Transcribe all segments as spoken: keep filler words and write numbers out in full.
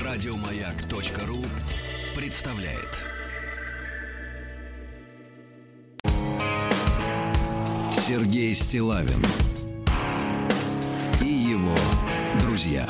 Радиомаяк.ру представляет. Сергей Стиллавин и его друзья.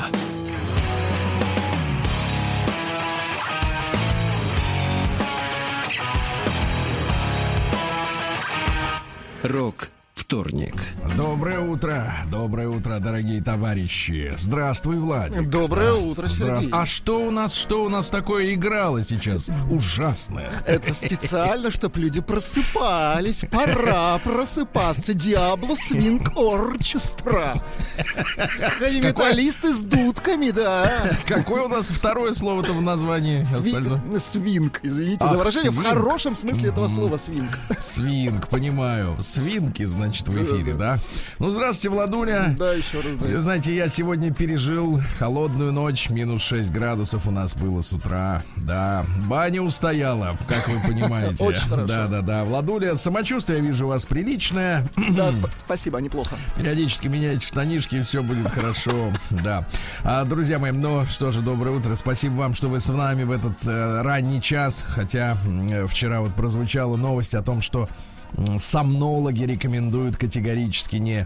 Рок-вторник. Доброе утро, доброе утро, дорогие товарищи. Здравствуй, Владик. Доброе Здравствуй. утро, Сергей. Здравствуй. А что у нас, что у нас такое играло сейчас? Ужасное. Это специально, чтобы люди просыпались. Пора просыпаться. Диабло Свинг Орчестра. Хэви-металлисты с дудками, да. Какое у нас второе слово-то в названии? Сви... Свинг. Извините Ах, за выражение. свинг. В хорошем смысле этого слова свинг. Свинг, понимаю. Свинки, значит, в эфире, да? Ну, здравствуйте, Владуля. Да, еще раз здравствуйте. Знаете, я сегодня пережил холодную ночь. Минус шесть градусов у нас было с утра. Да, баня устояла, как вы понимаете. Очень хорошо. Да, да, да. Владуля, самочувствие, я вижу, у вас приличное. Да, сп- спасибо, неплохо. Периодически меняйте штанишки, и все будет хорошо. Да. А, друзья мои, ну что же, доброе утро. Спасибо вам, что вы с нами в этот э, ранний час. Хотя э, вчера вот прозвучала новость о том, что сомнологи рекомендуют категорически не,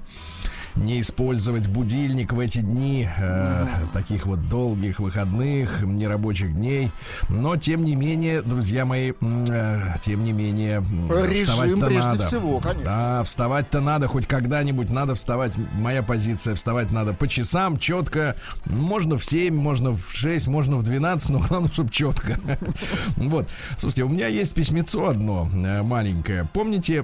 не использовать будильник в эти дни э, таких вот долгих выходных, нерабочих дней. Но, тем не менее, друзья мои, э, тем не менее, Режим вставать-то прежде надо. всего, конечно. Да, вставать-то надо, хоть когда-нибудь надо вставать. Моя позиция: вставать надо по часам, четко. Можно в семь, можно в шесть, можно в двенадцать, но главное, чтобы четко. Вот. Слушайте, у меня есть письмецо одно маленькое. Помните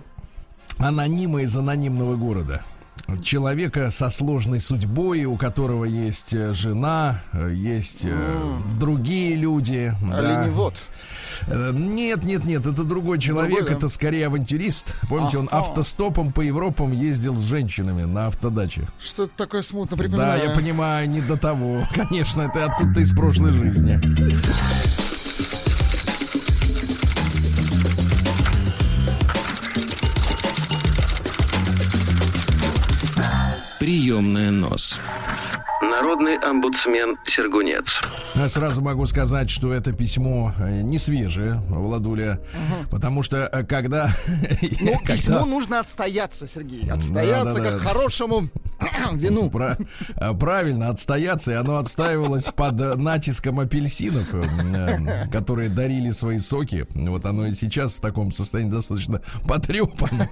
анонима из анонимного города? Человека со сложной судьбой, у которого есть жена, есть mm. другие люди. Оленевод. Да. Нет, нет, нет, это другой человек, Другой, да? Это скорее авантюрист. Помните, а, он а. автостопом по Европам ездил с женщинами на автодаче. Что-то такое смутно Да, припоминаю. я понимаю, не до того. Конечно, это откуда-то из прошлой жизни. Приемная нос. Народный омбудсмен Сергунец. Я сразу могу сказать, что это письмо не свежее, Владуля, угу. Потому что когда... Ну, когда... письмо нужно отстояться, Сергей. Отстояться да, да, как да. хорошему вину. Про... Правильно, отстояться. И оно отстаивалось под натиском апельсинов, которые дарили свои соки. Вот оно и сейчас в таком состоянии достаточно потрепано.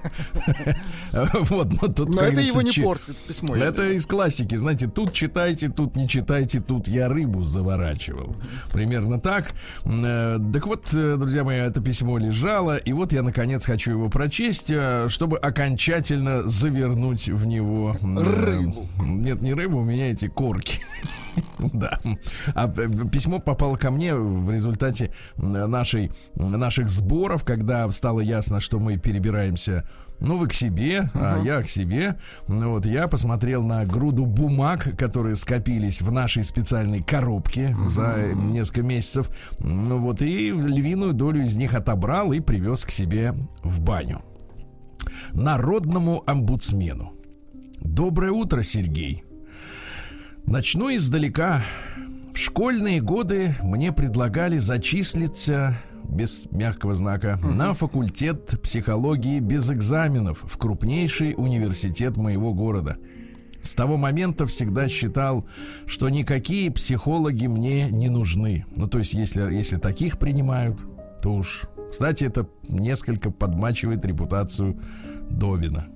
Вот, но тут, но это его не ч... портит, письмо. Это из классики. Знаете, тут читайте, тут не читайте, тут я рыбу заворачивал. Примерно так. Так вот, друзья мои, это письмо лежало, и вот я, наконец, хочу его прочесть, чтобы окончательно завернуть в него... Рыбу. Нет, не рыбу, у меня эти корки. Да. А письмо попало ко мне в результате нашей, наших сборов, когда стало ясно, что мы перебираемся, ну, вы к себе, uh-huh. а я к себе. Ну, вот я посмотрел на груду бумаг, которые скопились в нашей специальной коробке uh-huh. за несколько месяцев. Ну, вот, и львиную долю из них отобрал и привез к себе в баню. Народному омбудсмену. Доброе утро, Сергей. Начну издалека. В школьные годы мне предлагали зачислиться, без мягкого знака, uh-huh. на факультет психологии без экзаменов в крупнейший университет моего города. С того момента всегда считал, что никакие психологи мне не нужны. Ну, то есть, если, если таких принимают, то уж... Кстати, это несколько подмачивает репутацию Добина.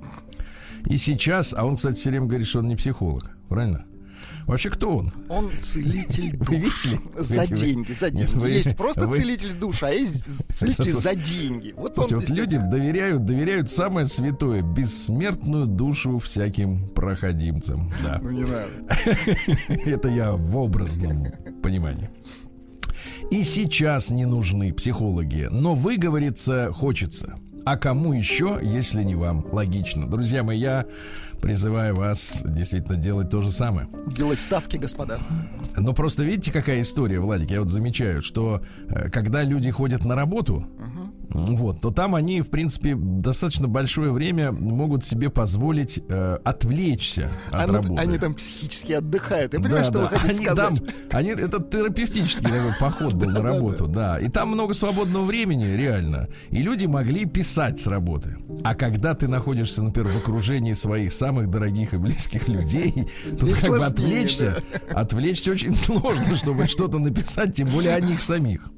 И сейчас, а он, кстати, все время говорит, что он не психолог, правильно? Вообще, кто он? Он целитель душ. Вы видели? За Видите, деньги, за деньги. Нет, вы... Есть просто вы... целитель душ, а есть целитель за деньги. Вот, Слушайте, он вот люди доверяют, доверяют самое святое, бессмертную душу всяким проходимцам. Да. Ну, не надо. Это я в образном понимании. И сейчас не нужны психологи, но выговориться хочется. А кому еще, если не вам? Логично. Друзья мои, я призываю вас действительно делать то же самое. Делать ставки, господа. Но просто видите, какая история, Владик? Я вот замечаю, что э, когда люди ходят на работу, uh-huh. вот, то там они, в принципе, достаточно большое время могут себе позволить э, отвлечься от они, работы. Они там психически отдыхают. Я понимаю, да, что да. вы хотите они сказать. Там, они, это терапевтический такой поход был на работу, да. И там много свободного времени, реально. И люди могли писать с работы. А когда ты находишься, например, в окружении своих самых дорогих и близких людей, тут как бы отвлечься, отвлечься очень сложно, чтобы что-то написать, тем более о них самих.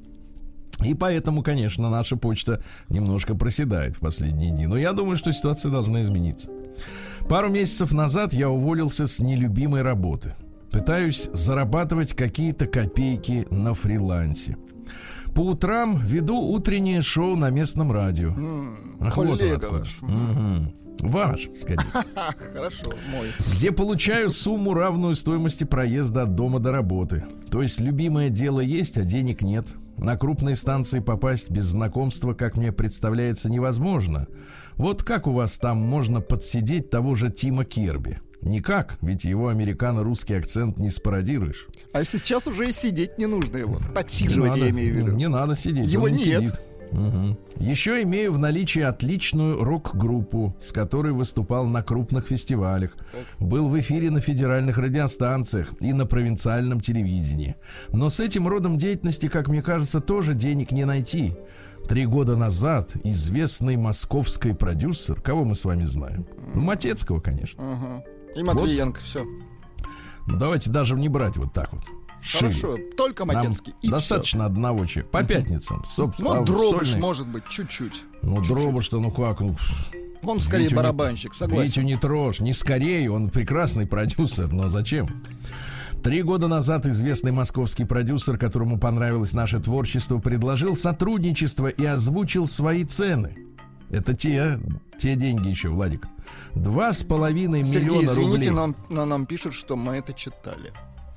И поэтому, конечно, наша почта немножко проседает в последние дни. Но я думаю, что ситуация должна измениться. Пару месяцев назад я уволился с нелюбимой работы. Пытаюсь зарабатывать какие-то копейки на фрилансе. По утрам веду утреннее шоу на местном радио. М-м, Ах, вот он откуда. Угу. Ваш, скорее. Хорошо, мой. Где получаю сумму, равную стоимости проезда от дома до работы. То есть любимое дело есть, а денег нет. На крупные станции попасть без знакомства, как мне представляется, невозможно. Вот как у вас там можно подсидеть того же Тима Кирби? Никак, ведь его американо-русский акцент не спародируешь. А сейчас уже и сидеть не нужно его. Подсиживать, я имею в виду. Не надо сидеть. Его не нет. Сидит. Угу. Еще имею в наличии отличную рок-группу, с которой выступал на крупных фестивалях. Был в эфире на федеральных радиостанциях и на провинциальном телевидении. Но с этим родом деятельности, как мне кажется, тоже денег не найти. Три года назад известный московский продюсер, кого мы с вами знаем? Ну, Матецкого, конечно. Угу. И Матвиенко, вот. Все. Ну, давайте даже не брать вот так вот. Шили. Хорошо, только Матецкий. И достаточно все. Одного человека. По пятницам. Ну, а Дробыш, сольный... может быть, чуть-чуть. Ну, чуть-чуть. Дробыш-то, ну как? Ну, он скорее Витю барабанщик, не, согласен. Витю не трожь, не скорее, он прекрасный продюсер, но зачем? Три года назад известный московский продюсер, которому понравилось наше творчество, предложил сотрудничество и озвучил свои цены. Это те, те деньги еще, Владик. Два с половиной миллиона извините, рублей. Нам, но нам пишут, что мы это читали.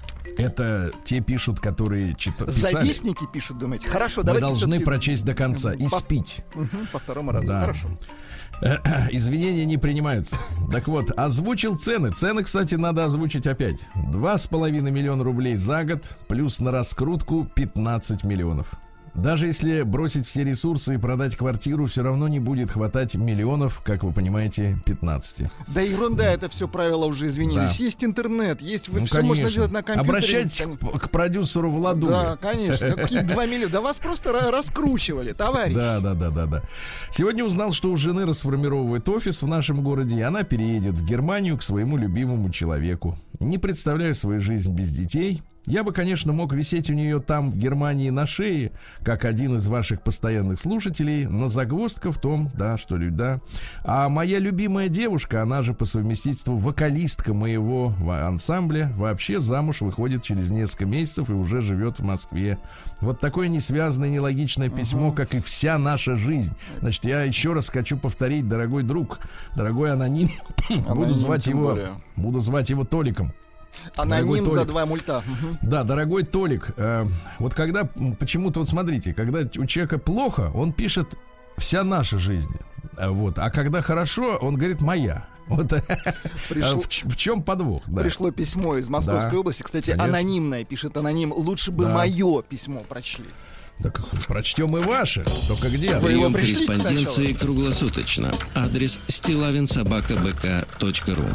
Это те пишут, которые читали. Завистники пишут, думаете? Хорошо, Вы давайте должны прочесть до конца и по... спить. Угу, по второму разу. Да. Хорошо. Извинения не принимаются. Так вот, озвучил цены. Цены, кстати, надо озвучить опять. Два с половиной миллиона рублей за год, плюс на раскрутку пятнадцать миллионов. Даже если бросить все ресурсы и продать квартиру, все равно не будет хватать миллионов, как вы понимаете, пятнадцати. Да ерунда, это все правила уже изменились. Да. Есть интернет, есть ну, все можно делать на компьютере. Обращайтесь к, к продюсеру Владу. Да, конечно. Какие два миллиона? Да вас просто раскручивали, товарищ. Да, да, да, да, да. Сегодня узнал, что у жены расформировывает офис в нашем городе, и она переедет в Германию к своему любимому человеку. Не представляю свою жизнь без детей. Я бы, конечно, мог висеть у нее там, в Германии, на шее, как один из ваших постоянных слушателей, но загвоздка в том, да, что ли, да. А моя любимая девушка, она же по совместительству вокалистка моего ансамбля, вообще замуж выходит через несколько месяцев и уже живет в Москве. Вот такое несвязанное, нелогичное письмо, как и вся наша жизнь. Значит, я еще раз хочу повторить, дорогой друг, дорогой аноним, буду звать его, буду звать его Толиком. Аноним за два мульта. Да, дорогой Толик, э, вот когда почему-то, вот смотрите, когда у человека плохо, он пишет «вся наша жизнь», вот, а когда хорошо, он говорит «моя». Вот Пришло... в, в чем подвох? Да. Пришло письмо из Московской да, области, кстати, конечно. Анонимное, пишет аноним. Лучше бы да. мое письмо прочли. Так прочтем и ваше, только где? Прием корреспонденции круглосуточно. Адрес стилавин собака бэ ка точка ру.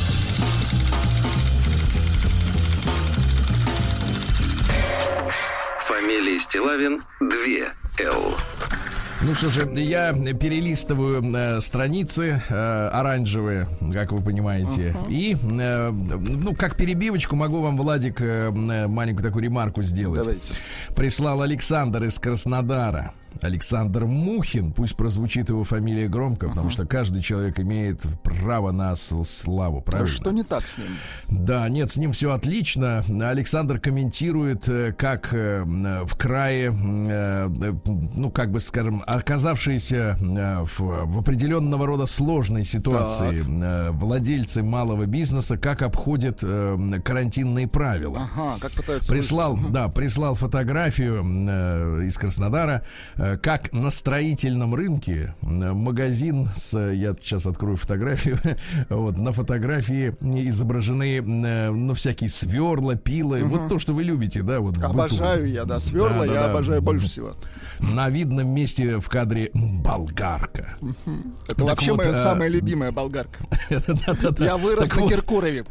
Фамилия Стилавин два эл. Ну что же, я перелистываю э, страницы э, оранжевые, как вы понимаете. Uh-huh. И, э, ну, как перебивочку могу вам, Владик, э, маленькую такую ремарку сделать. Давайте. Прислал Александр из Краснодара. Александр Мухин, пусть прозвучит его фамилия громко, uh-huh. потому что каждый человек имеет право на славу, правильно? А что не так с ним? Да, нет, с ним все отлично. Александр комментирует, как в крае, ну, как бы, скажем, оказавшиеся в, в определенного рода сложной ситуации так. владельцы малого бизнеса, как обходят карантинные правила. Ага, как пытаются... Прислал, да, прислал фотографию из Краснодара. как на строительном рынке магазин с... Я сейчас открою фотографию. Вот, на фотографии изображены, ну, всякие сверла, пилы. Угу. Вот то, что вы любите, да? Вот обожаю я, да. Сверла да, я да, обожаю да. больше всего. На видном месте в кадре болгарка. Угу. Это так вообще вот, моя а... самая любимая болгарка. Я вырос на Киркорове.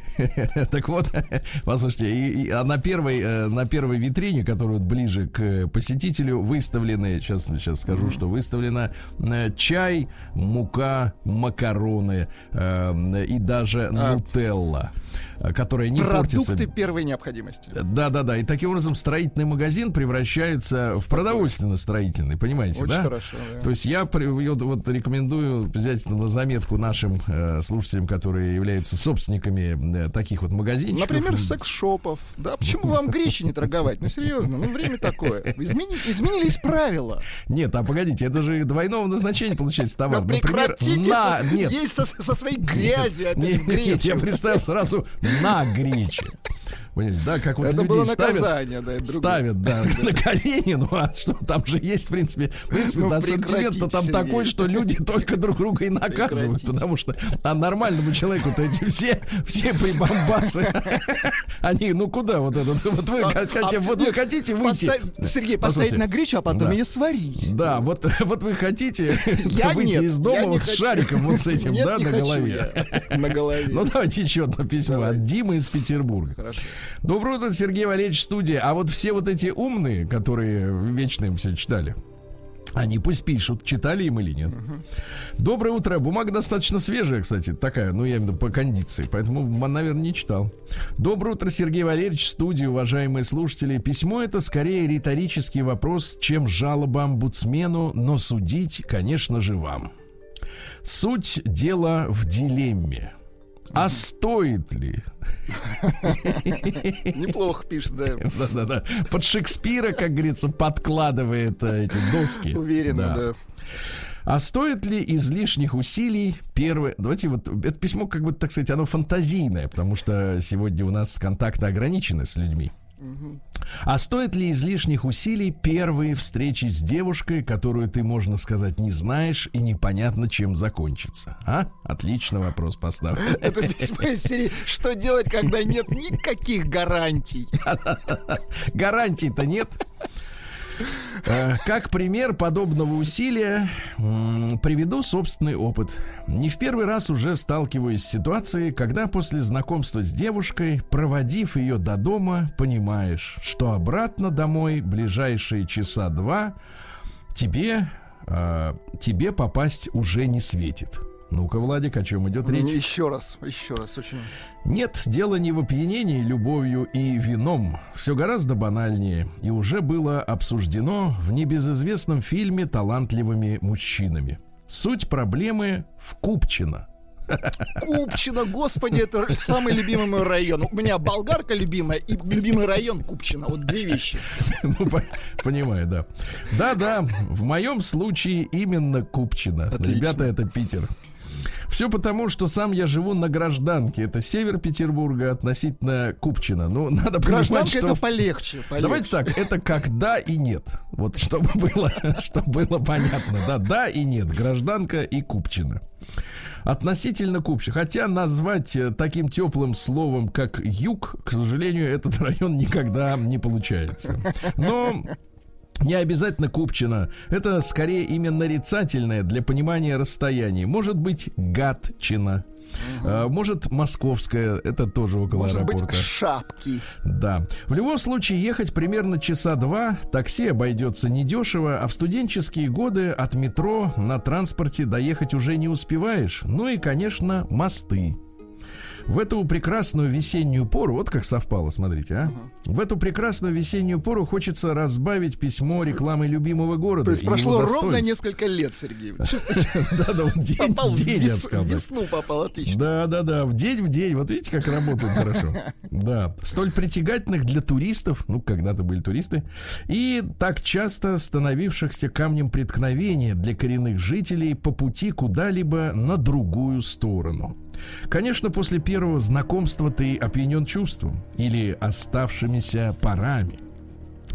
Так вот, послушайте, и, и, а на первой, э, на первой витрине, которая вот ближе к посетителю, выставлены, сейчас, сейчас скажу, mm-hmm. что выставлена э, чай, мука, макароны э, и даже а. нутелла, которая не продукты портится. Продукты первой необходимости. Да-да-да, и таким образом строительный магазин превращается в продовольственно-строительный, понимаете, очень да? Хорошо, да. То есть я вот, вот рекомендую взять на заметку нашим э, слушателям, которые являются собственниками э, таких вот магазинчиков. Например, секс-шопов. Да, почему вам гречи не торговать? Ну, серьезно, ну, время такое. Измени... Изменились правила. Нет, а погодите, это же двойного назначения получается товар. Да например, на... Нет. Есть со, со своей грязью опять нет, нет, я представил сразу на гречи. Понимаете, да, как вот это людей ставят, да, ставят да, на колени, ну а что, там же есть, в принципе, в принципе, ну, ассортимент-то там Сергей. Такой, что люди только друг друга и наказывают, потому что а нормальному человеку-то эти все, все прибамбасы, они, ну куда вот это, вот вы, а, хотя, а, вот вы хотите выйти... Поставь, Сергей, поставить на гречу, а потом да. ее сварить. Да, вот, вот вы хотите выйти из дома вот с шариком вот с этим, да, на голове. На голове. Ну давайте еще одно письмо от Димы из Петербурга. Хорошо. Доброе утро, Сергей Валерьевич, студия. А вот все вот эти умные, которые вечно им все читали, они пусть пишут, читали им или нет. Uh-huh. Доброе утро. Бумага достаточно свежая, кстати, такая, ну, я имею в виду по кондиции, поэтому, наверное, не читал. Доброе утро, Сергей Валерьевич, студия, уважаемые слушатели. Письмо — это скорее риторический вопрос, чем жалоба омбудсмену, но судить, конечно же, вам. Суть дела в дилемме. А стоит ли? Неплохо пишет, да. Да-да-да. Под Шекспира, как говорится, подкладывает эти доски. Уверенно, да. А стоит ли излишних усилий первое... Давайте вот... Это письмо, как бы, так сказать, оно фантазийное, потому что сегодня у нас контакты ограничены с людьми. Угу. А стоит ли излишних усилий первые встречи с девушкой, которую ты, можно сказать, не знаешь и непонятно, чем закончится? А? Отличный вопрос поставлю. Это письмо из серии «Что делать, когда нет никаких гарантий?» Гарантий-то нет. Как пример подобного усилия приведу собственный опыт. Не в первый раз уже сталкиваюсь с ситуацией, когда после знакомства с девушкой, проводив ее до дома, понимаешь, что обратно домой ближайшие часа два тебе, э, тебе попасть уже не светит. Ну-ка, Владик, о чем идет речь? Еще раз, еще раз, очень. Нет, дело не в опьянении любовью и вином. Все гораздо банальнее. И уже было обсуждено в небезызвестном фильме «Талантливыми мужчинами». Суть проблемы в Купчино. Купчино, господи, это самый любимый мой район. У меня болгарка любимая и любимый район Купчино. Вот две вещи. Ну, по- понимаю, да. Да-да, в моем случае именно Купчино. Отлично. Ребята, это Питер. Все потому, что сам я живу на Гражданке. Это север Петербурга, относительно Купчино. Ну, надо понимать, Гражданка что... это полегче, полегче. Давайте так, это когда и нет. Вот чтобы было, чтобы было понятно. Да, да и нет. Гражданка и Купчино. Относительно Купчино. Хотя назвать таким теплым словом, как юг, к сожалению, этот район никогда не получается. Но... не обязательно Купчино. Это скорее именно нарицательное для понимания расстояний. Может быть, Гатчина. Угу. А, может, Московская. Это тоже около может аэропорта. Быть, Шапки. Да. В любом случае, ехать примерно часа два. Такси обойдется недешево. А в студенческие годы от метро на транспорте доехать уже не успеваешь. Ну и, конечно, мосты. В эту прекрасную весеннюю пору, вот как совпало, смотрите, а? Uh-huh. В эту прекрасную весеннюю пору хочется разбавить письмо рекламой любимого города. То есть прошло ровно несколько лет, Сергей. Да-да, в день в день, я сказал. В весну попал, отлично. Да-да-да, в день в день. Вот видите, как работают хорошо. Да. Столь притягательных для туристов, ну, когда-то были туристы, и так часто становившихся камнем преткновения для коренных жителей по пути куда-либо на другую сторону. Конечно, после первого знакомства ты опьянен чувством или оставшимися парами.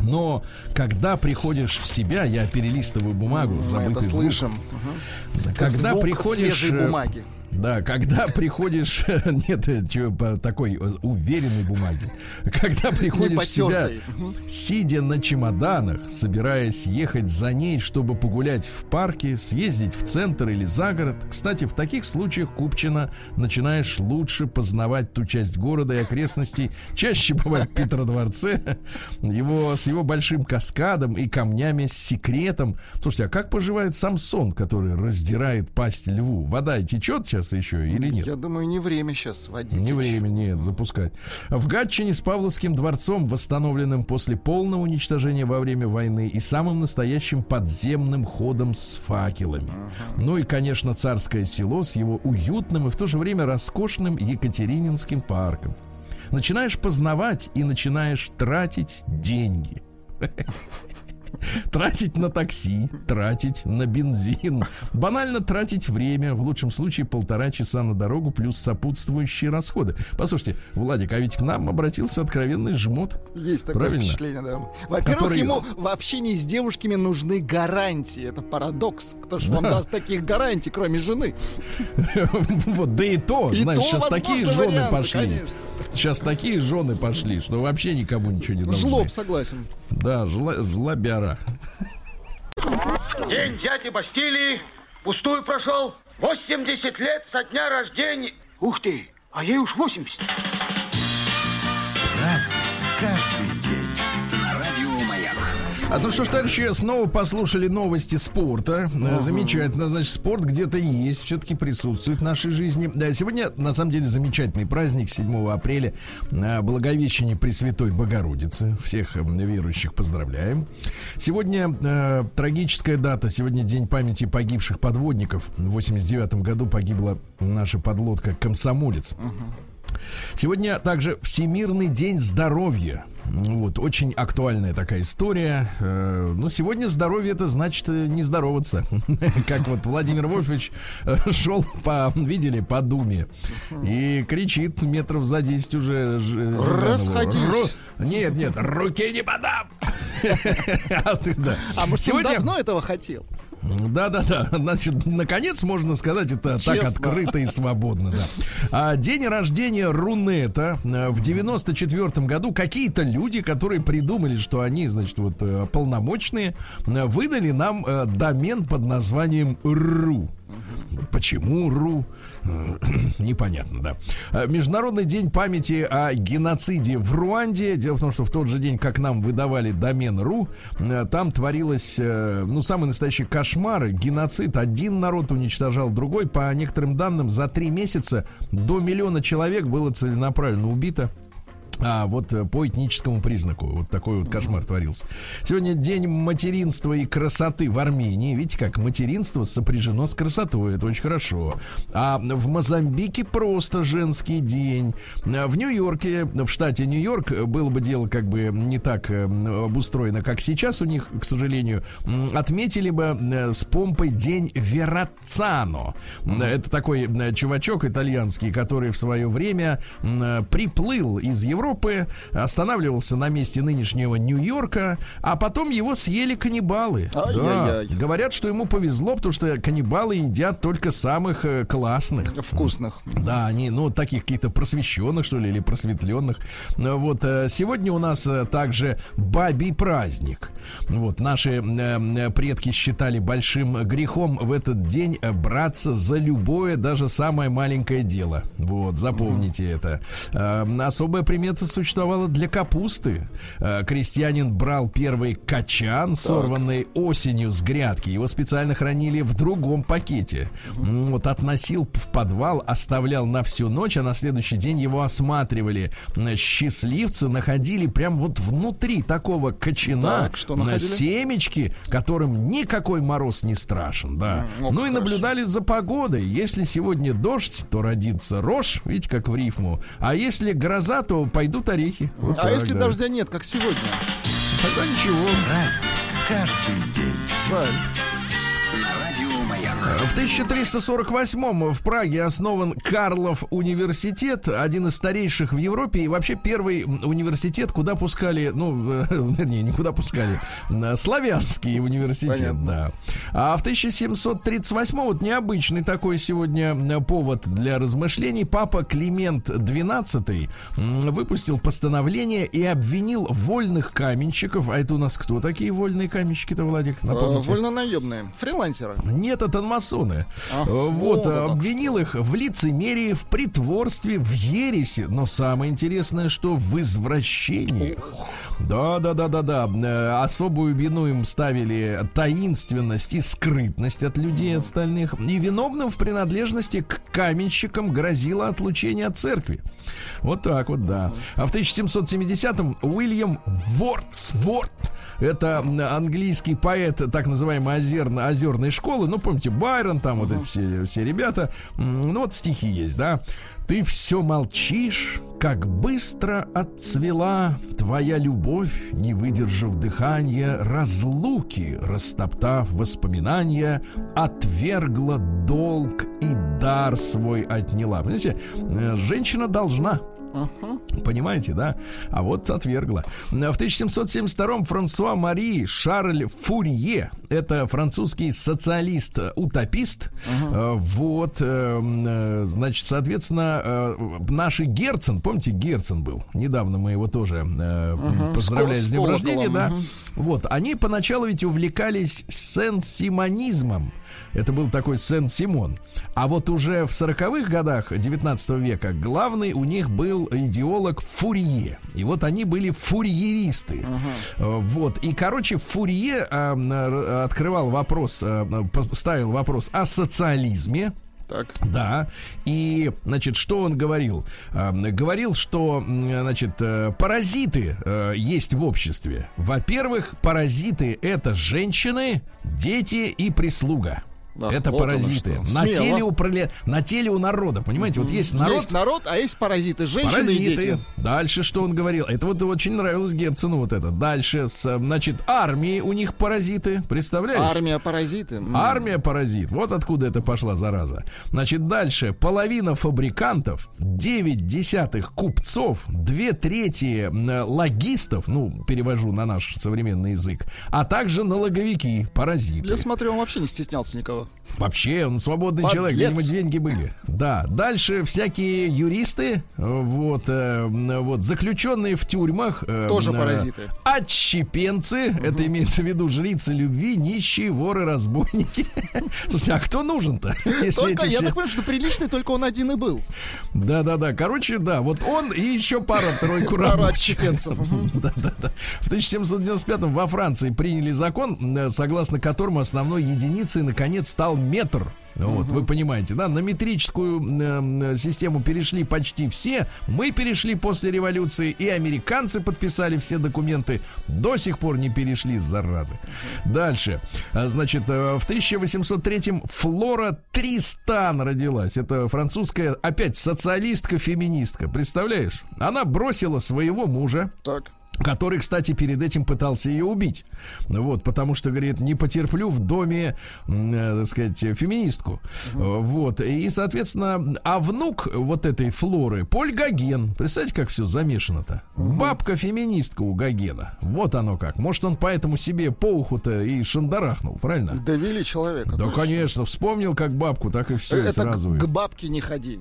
Но когда приходишь в себя, я перелистываю бумагу, Мы забытый это звук. слышим. Угу. Когда Звук приходишь... свежей бумаги. Да, когда приходишь, нет, чё, по такой уверенной бумаге, когда приходишь в себя, сидя на чемоданах, собираясь ехать за ней, чтобы погулять в парке, съездить в центр или за город. Кстати, в таких случаях, Купчино, начинаешь лучше познавать ту часть города и окрестностей. Чаще бывает в Петродворце, его, с его большим каскадом и камнями с секретом. Слушайте, а как поживает Самсон, который раздирает пасть льву? Вода течет сейчас еще или нет? Я думаю, не время сейчас водить. Не время, нет, запускать. В Гатчине с Павловским дворцом, восстановленным после полного уничтожения во время войны, и самым настоящим подземным ходом с факелами. Uh-huh. Ну и, конечно, Царское село с его уютным и в то же время роскошным Екатерининским парком. Начинаешь познавать и начинаешь тратить деньги. Тратить на такси, тратить на бензин, банально тратить время, в лучшем случае полтора часа на дорогу плюс сопутствующие расходы. Послушайте, Владик, а ведь к нам обратился откровенный жмот. Есть такое правильно? Впечатление, да. Во-первых, Который... ему в общении с девушками нужны гарантии. Это парадокс. Кто же вам даст таких гарантий, кроме жены? Вот, да и то, знаешь, сейчас такие жены пошли. Сейчас такие жены пошли, что вообще никому ничего не должны. Жлоб, согласен. Да, жла, жлобяра. День дяди Бастилии пустую прошел. восемьдесят лет со дня рождения. Ух ты, а ей уж восемьдесят. Разный, каждый день. На радио Маяк. А, ну что ж, товарищи, снова послушали новости спорта. Uh-huh. Замечательно. Значит, спорт где-то есть, все-таки присутствует в нашей жизни. Да, сегодня, на самом деле, замечательный праздник, седьмого апреля. Благовещение Пресвятой Богородицы. Всех верующих поздравляем. Сегодня э, трагическая дата. Сегодня день памяти погибших подводников. В восемьдесят девятом году погибла наша подлодка «Комсомолец». Uh-huh. Сегодня также Всемирный день здоровья. Вот, очень актуальная такая история. Ну, сегодня здоровье — это значит не здороваться. Как вот Владимир Вольфович шел по, видели, по Думе и кричит метров за десять уже. Расходись. Нет, нет, руки не подам. А может, он давно этого хотел? Да-да-да, значит, наконец можно сказать это Честно. Так открыто и свободно, да. А день рождения Рунета в девяносто четвёртом году какие-то люди, которые придумали, что они, значит, вот полномочные, выдали нам домен под названием РУ. Почему РУ? Непонятно, да. Международный день памяти о геноциде в Руанде. Дело в том, что в тот же день, как нам выдавали домен РУ, там творилось, ну, самый настоящий кошмар. Геноцид. Один народ уничтожал другой. По некоторым данным, за три месяца до миллиона человек было целенаправленно убито. А вот по этническому признаку. Вот такой вот кошмар творился. Сегодня день материнства и красоты в Армении. Видите, как материнство сопряжено с красотой. Это очень хорошо. А в Мозамбике просто женский день. В Нью-Йорке, в штате Нью-Йорк, было бы дело как бы не так обустроено, как сейчас у них, к сожалению. Отметили бы с помпой день Вераццано. Это такой чувачок итальянский, который в свое время приплыл из Европы, останавливался на месте нынешнего Нью-Йорка, а потом его съели каннибалы. Да. Говорят, что ему повезло, потому что каннибалы едят только самых э, классных. Вкусных. Да, они, ну, таких каких-то просвещенных, что ли, или просветленных. Вот, э, сегодня у нас э, также бабий праздник. Вот, наши э, предки считали большим грехом в этот день браться за любое, даже самое маленькое дело. Вот, запомните mm-hmm. это. Э, особая примета существовала для капусты. Крестьянин брал первый качан, сорванный так. осенью с грядки. Его специально хранили в другом пакете. Угу. Вот относил в подвал, оставлял на всю ночь, а на следующий день его осматривали. Счастливцы находили прям вот внутри такого качана так, что семечки, которым никакой мороз не страшен. Да. Ну, ну и наблюдали за погодой. Если сегодня дождь, то родится рожь, видите, как в рифму. А если гроза, то пойдут орехи. Вот а так, если да. дождя нет, как сегодня? Тогда ничего. Праздник каждый день. Правильно. На радио Маяк. В тысяча триста сорок восьмом в Праге основан Карлов университет, один из старейших в Европе и вообще первый университет, куда пускали, ну, вернее, не куда пускали, славянский университет, понятно. Да. А в тысяча семьсот тридцать восьмом, вот необычный такой сегодня повод для размышлений, папа Климент двенадцатый выпустил постановление и обвинил вольных каменщиков. А это у нас кто такие вольные каменщики-то, Владик? Напомните. Вольнонаемные, фрилансеры. Нет, это масоны. А, вот, о, обвинил их в лицемерии, в притворстве, в ересе, но самое интересное, что в извращении. Да, да, да, да, да. Особую вину им ставили таинственность и скрытность от людей остальных. И виновным в принадлежности к каменщикам грозило отлучение от церкви. Вот так вот, да. А в тысяча семьсот семидесятом Уильям Вордсворт, это английский поэт так называемой озерно, озерной школы. Ну, помните, Байрон, там вот эти все, все ребята. Ну, вот стихи есть, да. Ты все молчишь, как быстро отцвела твоя любовь, не выдержав дыхания разлуки, растоптав воспоминания, отвергла долг и дар свой отняла. Понимаете, женщина должна. Uh-huh. Понимаете, да? А вот отвергла. В тысяча семьсот семьдесят втором Франсуа Мари Шарль Фурье, это французский социалист-утопист. Uh-huh. Вот, значит, соответственно, наш Герцен, помните, Герцен был? Недавно мы его тоже uh-huh. поздравляли с днем рождения, да? Uh-huh. Вот, они поначалу ведь увлекались сен-симонизмом. Это был такой Сен-Симон. А вот уже в сороковых годах девятнадцатого века главный у них был идеолог Фурье. И вот они были фурьеристы. Uh-huh. Вот. И, короче, Фурье а, открывал вопрос, а, ставил вопрос о социализме. Так. Да, и, значит, что он говорил? Э, говорил, что, значит, э, паразиты э, есть в обществе. Во-первых, паразиты — это женщины, дети и прислуга. Да, это вот паразиты. На теле, у, на теле у народа, понимаете, mm-hmm. вот есть народ. Есть народ, а есть паразиты, женщины паразиты. И дети. Дальше что он говорил? Это вот очень нравилось Герцену вот это. Дальше, значит, армии у них паразиты, представляешь? Армия паразиты. Mm. Армия паразит. Вот откуда это пошла зараза. Значит, дальше половина фабрикантов, девять десятых купцов, две трети логистов, ну, перевожу на наш современный язык, а также налоговики, паразиты. Я смотрю, он вообще не стеснялся никого. Вообще, он свободный Подлец. Человек, видимо, деньги были. Да, дальше всякие юристы, вот, э, вот заключенные в тюрьмах. Э, Тоже э, паразиты. Отщепенцы, угу. Это имеется в виду жрицы любви, нищие, воры, разбойники. Слушайте, а кто нужен-то? Только, я так понимаю, что приличный только он один и был. Да-да-да, короче, да, вот он и еще пара-тройку рабочих. Да-да-да. В тысяча семьсот девяносто пятом во Франции приняли закон, согласно которому основной единицей, наконец, стал метр. Вот, uh-huh. Вы понимаете, да, на метрическую э, систему перешли почти все. Мы перешли после революции, и американцы подписали все документы. До сих пор не перешли, заразы. Uh-huh. Дальше, значит, в тысяча восемьсот третьем Флора Тристан родилась. Это французская, опять, социалистка-феминистка. Представляешь? Она бросила своего мужа. Так. Который, кстати, перед этим пытался ее убить. Вот, потому что, говорит, не потерплю в доме, э, так сказать, феминистку. Uh-huh. Вот, и, соответственно, а внук вот этой Флоры Поль Гоген. Представляете, как все замешано-то? Uh-huh. Бабка-феминистка у Гогена. Вот оно как. Может, он поэтому себе по уху-то и шандарахнул, правильно? Довели человека. Да, точно. Конечно. Вспомнил как бабку, так и все. Это сразу. К бабке не ходи.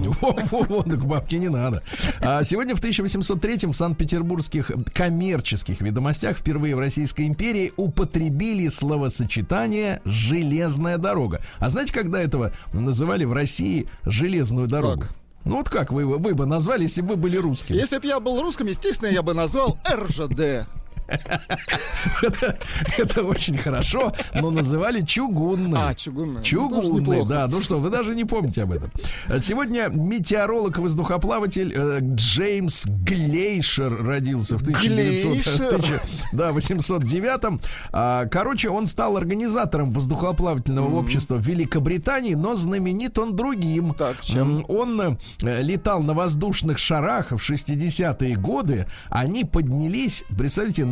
Вот, к бабке не надо. А сегодня в тысяча восемьсот третьем в Санкт-Петербургских коммерческих ведомостях впервые в Российской империи употребили словосочетание «железная дорога». А знаете, когда этого называли в России железную дорогу? Как? Ну вот как вы, вы бы назвали, если бы вы были русским? Если бы я был русским, естественно, я бы назвал эр жэ дэ. Это, это очень хорошо, но называли чугунной. А, чугунной. Чугунной, ну, да. Ну что, вы даже не помните об этом. Сегодня метеоролог-воздухоплаватель э, Джеймс Глейшер родился в тысяча восемьсот девятом. А, короче, он стал организатором воздухоплавательного mm-hmm. общества в Великобритании, но знаменит он другим. Так, чем? Он э, летал на воздушных шарах в шестидесятые годы. Они поднялись, представьте,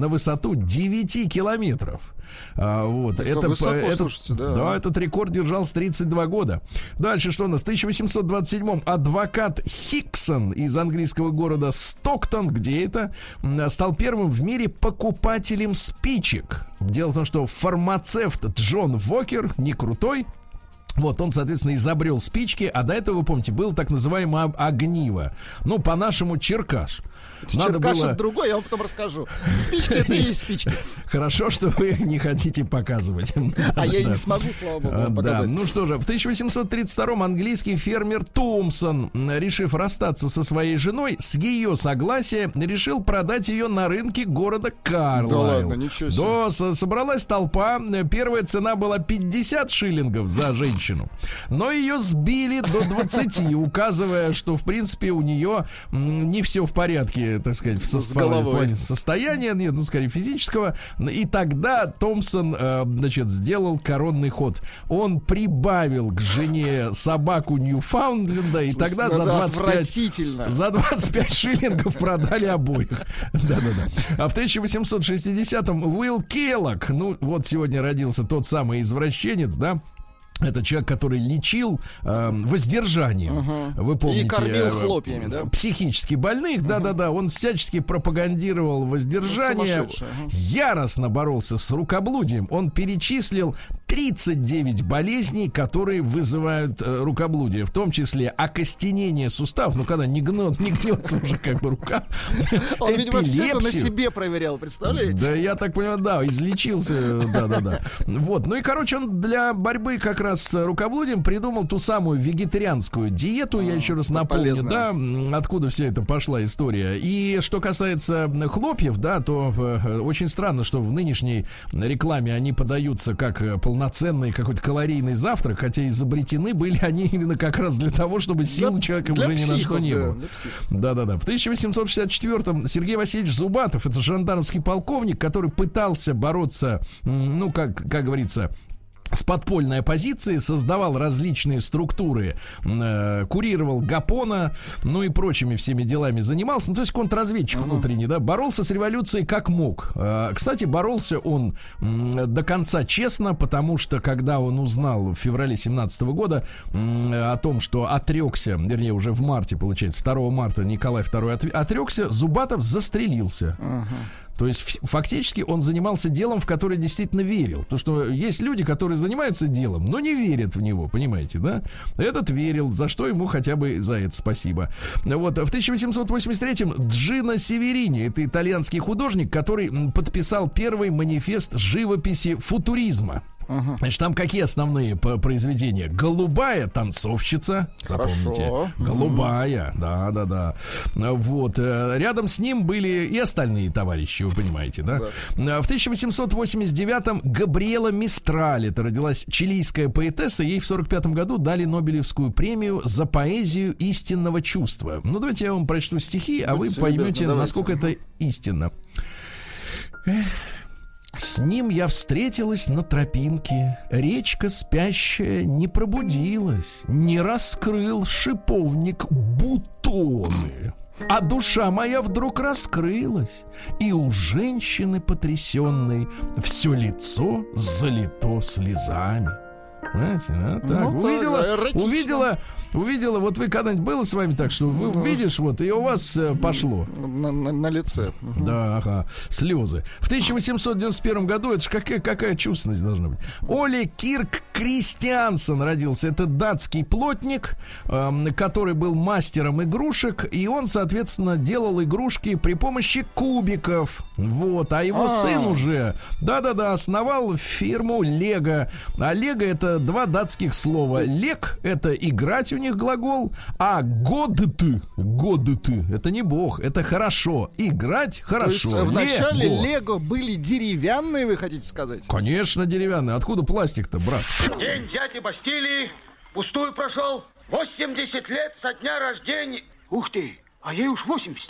на высоту девять километров. А, вот. Это, это, высоко, это, слушайте, да. да, этот рекорд держался тридцать два года. Дальше что у нас? В тысяча восемьсот двадцать седьмом адвокат Хиксон из английского города Стоктон, где это, стал первым в мире покупателем спичек. Дело в том, что фармацевт Джон Вокер, не крутой, вот, он, соответственно, изобрел спички, а до этого, вы помните, был так называемое огниво. Ну, по-нашему, черкаш. Надо Черкаш было... это другой, я вам потом расскажу. Спички — это и есть спички. Хорошо, что вы не хотите показывать. А я и не смогу, слава богу, показать. Ну что же, в тысяча восемьсот тридцать втором английский фермер Томпсон, решив расстаться со своей женой, с ее согласия решил продать ее на рынке города Карлайл. Да ладно, ничего себе. Да, со- собралась толпа. Первая цена была пятьдесят шиллингов за женщину. Но ее сбили до двадцати, указывая, что, в принципе, у нее м, не все в порядке, так сказать, в, со- С в плане головой. состояния, нет, ну, скорее, физического. И тогда Томпсон, э, значит, сделал коронный ход. Он прибавил к жене собаку Ньюфаундленда, и тогда за двадцать пять, отвратительно. за двадцать пять шиллингов продали обоих. Да-да-да. А в тысяча восемьсот шестидесятом Уилл Келлог, ну, вот сегодня родился тот самый извращенец, да? Это человек, который лечил э, воздержанием. Угу. Вы помните, И кормил э, хлопьями, да? психически больных, да-да-да. Он всячески пропагандировал воздержание, Сумасшедший, ага. яростно боролся с рукоблудием. Он перечислил тридцать девять болезней, которые вызывают э, рукоблудие, в том числе окостенение суставов, ну когда не гнет, не гнется уже как бы рука. Он, видимо, все это на эпилепсию. себе проверял, представляете? Да, я так понимаю, да, излечился, да-да-да. Вот, ну и, короче, он для борьбы как раз с рукоблудием придумал ту самую вегетарианскую диету, я еще раз напомню, полезная. да, откуда вся эта пошла история. И что касается хлопьев, да, то э, очень странно, что в нынешней рекламе они подаются как э, полноценный какой-то калорийный завтрак, хотя изобретены были они именно как раз для того, чтобы сил Для- у человека для уже ни на психов, что не да, было. для психов. Да-да-да. В тысяча восемьсот шестьдесят четвёртом Сергей Васильевич Зубатов, это жандармский полковник, который пытался бороться, м, ну, как, как говорится, с подпольной оппозицией, создавал различные структуры, э, курировал Гапона, ну и прочими всеми делами занимался. Ну, то есть контрразведчик uh-huh. внутренний, да, боролся с революцией как мог. Э, кстати, боролся он э, до конца честно, потому что, когда он узнал в феврале семнадцатого года э, о том, что отрекся, вернее, уже в марте, получается, второго марта Николай второй от, отрекся, Зубатов застрелился. Uh-huh. То есть фактически он занимался делом, в которое действительно верил. Потому что есть люди, которые занимаются делом, но не верят в него, понимаете, да? Этот верил, за что ему хотя бы за это спасибо. Вот, в тысяча восемьсот восемьдесят третьем Джино Северини, это итальянский художник, который подписал первый манифест живописи футуризма. Uh-huh. Значит, там какие основные произведения? «Голубая танцовщица», запомните. Хорошо. «Голубая», да-да-да. Вот, рядом с ним были и остальные товарищи, вы понимаете, да? Да. В тысяча восемьсот восемьдесят девятом Габриэла Мистраль, это родилась чилийская поэтесса, ей в сорок пятом году дали Нобелевскую премию за поэзию истинного чувства. Ну, давайте я вам прочту стихи, а вы Будьте поймете, любезны, насколько это истинно. С ним я встретилась на тропинке, речка спящая не пробудилась, не раскрыл шиповник бутоны, а душа моя вдруг раскрылась, и у женщины потрясенной все лицо залито слезами. Знаете, да? Так, Ну, увидела, да, эротично. увидела, увидела, вот вы когда-нибудь было с вами так, что вы видишь, вот, и у вас э, пошло. На, на- на лице. Мгм. Да, ага, слезы. В тысяча восемьсот девяносто первом году, это же какая, какая чувственность должна быть. Оле Кирк Кристиансен родился. Это датский плотник, эм, который был мастером игрушек, и он, соответственно, делал игрушки при помощи кубиков. Вот, а его А. сын уже, да-да-да, основал фирму Лего. А Лего — это два датских слова. Лег — это играть у них глагол, а годты, годты — это не бог, это хорошо. Играть хорошо. То есть в начале Лего. Лего были деревянные, вы хотите сказать? Конечно, деревянный. Откуда пластик-то, брат? День дяди Бастилии пустую прошел. восемьдесят лет со дня рождения. Ух ты, а ей уж восемьдесят.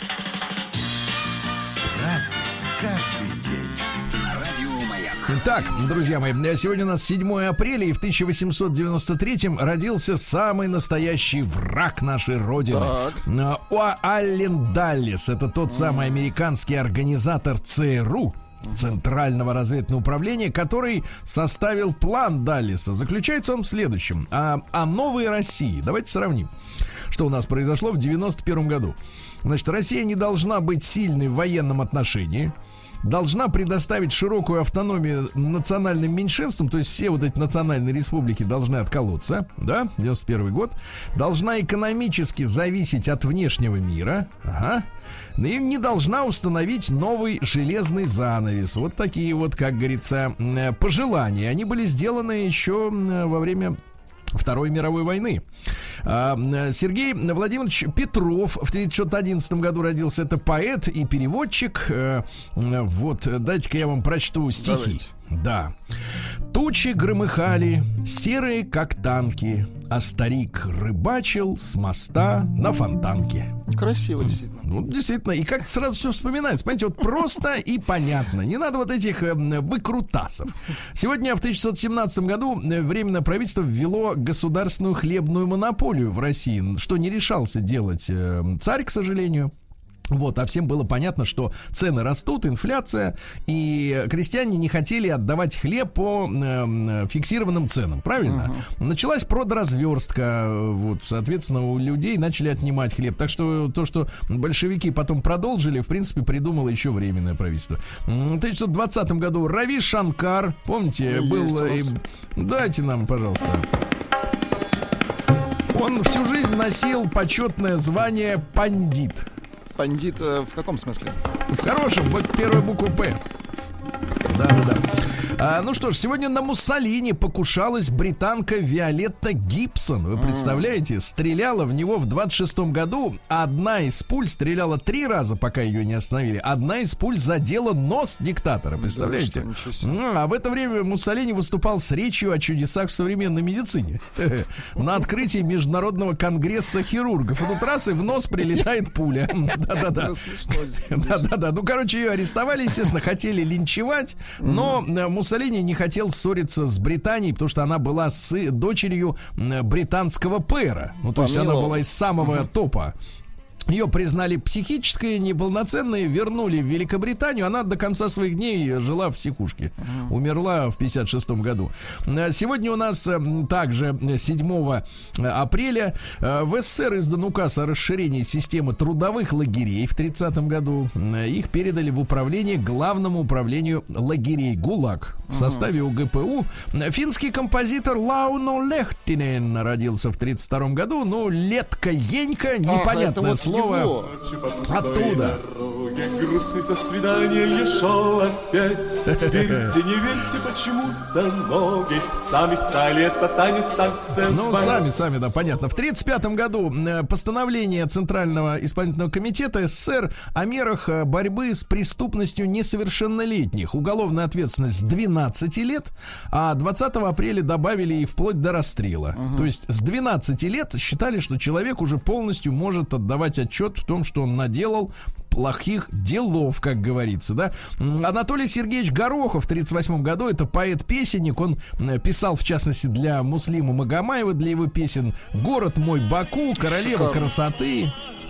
Разный, каждый день. На радио Маяк. Так, друзья мои, сегодня у нас седьмое апреля, и в тысяча восемьсот девяносто третьем родился самый настоящий враг нашей Родины. Так. Аллен Даллес. Это тот самый американский организатор ЦРУ, Центрального разведывательного управления, который составил план Даллеса. Заключается он в следующем. О, о новой России. Давайте сравним, что у нас произошло в девяносто первом году. Значит, Россия не должна быть сильной в военном отношении, должна предоставить широкую автономию национальным меньшинствам, то есть все вот эти национальные республики должны отколоться, да, девяносто первый год, должна экономически зависеть от внешнего мира, ага, и не должна установить новый железный занавес. Вот такие вот, как говорится, пожелания. Они были сделаны еще во время Второй мировой войны. Сергей Владимирович Петров в тысяча девятьсот одиннадцатом году родился. Это поэт и переводчик. Вот, дайте-ка я вам прочту стихи. Давайте. Да. Тучи громыхали, серые как танки, а старик рыбачил с моста на фонтанке. Красиво, действительно. Ну, действительно, и как-то сразу все вспоминается. Понимаете, вот просто и понятно. Не надо вот этих э, выкрутасов. Сегодня в тысяча девятьсот семнадцатом году Временное правительство ввело государственную хлебную монополию в России, что не решался делать э, царь, к сожалению. Вот, а всем было понятно, что цены растут, инфляция, и крестьяне не хотели отдавать хлеб по э, фиксированным ценам, правильно? Uh-huh. Началась продразверстка, вот, соответственно, у людей начали отнимать хлеб. Так что то, что большевики потом продолжили, в принципе, придумало еще Временное правительство. В тысяча девятьсот двадцатом году Рави Шанкар, помните, ну, был... Э, дайте нам, пожалуйста. Он всю жизнь носил почетное звание пандит. Пандит э, в каком смысле? В хорошем, первая буква П. Да-да-да. А, ну что ж, сегодня на Муссолини покушалась британка Виолетта Гибсон. Вы представляете? Стреляла в него в двадцать шестом году. Одна из пуль стреляла три раза, пока ее не остановили. Одна из пуль задела нос диктатора. Представляете? Да, что, ну, а в это время Муссолини выступал с речью о чудесах в современной медицине. На открытии Международного конгресса хирургов. И тут раз и в нос прилетает пуля. Да-да-да. Да-да-да. Ну, короче, ее арестовали, естественно, хотели линчевать. Но Муссолини не хотел ссориться с Британией, потому что она была с дочерью британского пэра. Ну, то есть она была из самого топа. Ее признали психической, неполноценной, вернули в Великобританию. Она до конца своих дней жила в психушке. Умерла в пятьдесят шестом году. Сегодня у нас также седьмого апреля в СССР издан указ о расширении системы трудовых лагерей в тридцатом году. Их передали в управление Главному управлению лагерей ГУЛАГ. В составе УГПУ финский композитор Лауно Лехтинен родился в тридцать втором году. Ну, Летка Енька, непонятное а, слово. Его. Оттуда. Грустный со свидания шел опять. Верьте, не верьте, почему-то ноги сами стали это танец танцевать. Ну, сами, сами, да, понятно. В тридцать пятом году постановление Центрального исполнительного комитета СССР о мерах борьбы с преступностью несовершеннолетних. Уголовная ответственность с двенадцати лет, а двадцатого апреля добавили и вплоть до расстрела. Угу. То есть с двенадцати лет считали, что человек уже полностью может отдавать отчет в том, что он наделал плохих делов, как говорится, да. Анатолий Сергеевич Горохов в тридцать восьмом году, это поэт-песенник, он писал, в частности, для Муслима Магомаева, для его песен «Город мой Баку», «Королева Шикарно. красоты».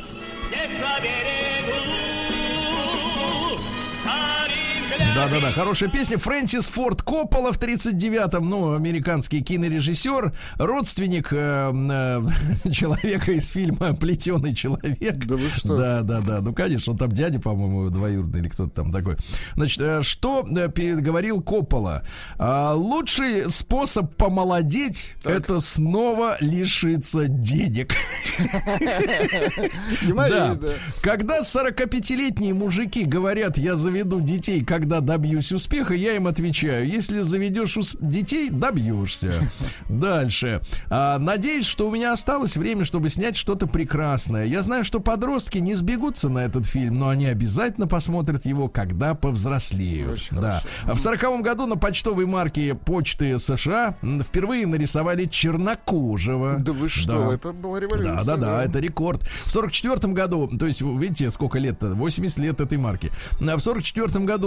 Да-да-да, хорошая песня. Фрэнсис Форд Коппола в тридцать девятом, ну, американский кинорежиссер, родственник э, э, человека из фильма «Плетеный человек». Да вы что? Да-да-да, ну, конечно, он там дядя, по-моему, двоюродный или кто-то там такой. Значит, э, что э, говорил Коппола? Э, лучший способ помолодеть — это снова лишиться денег. Да. Когда сорокапятилетние мужики говорят: я заведу детей, когда добьюсь успеха, я им отвечаю: если заведешь усп- детей, добьешься. Дальше. А, надеюсь, что у меня осталось время, чтобы снять что-то прекрасное. Я знаю, что подростки не сбегутся на этот фильм, но они обязательно посмотрят его, когда повзрослеют. Очень да. В сороковом году на почтовой марке Почты США впервые нарисовали чернокожего. Да вы что, да. Это была революция. Да, да, да, да, это рекорд. В сорок четвертом году, то есть, видите, сколько лет-то? восемьдесят лет этой марки. В сорок четвертом году друг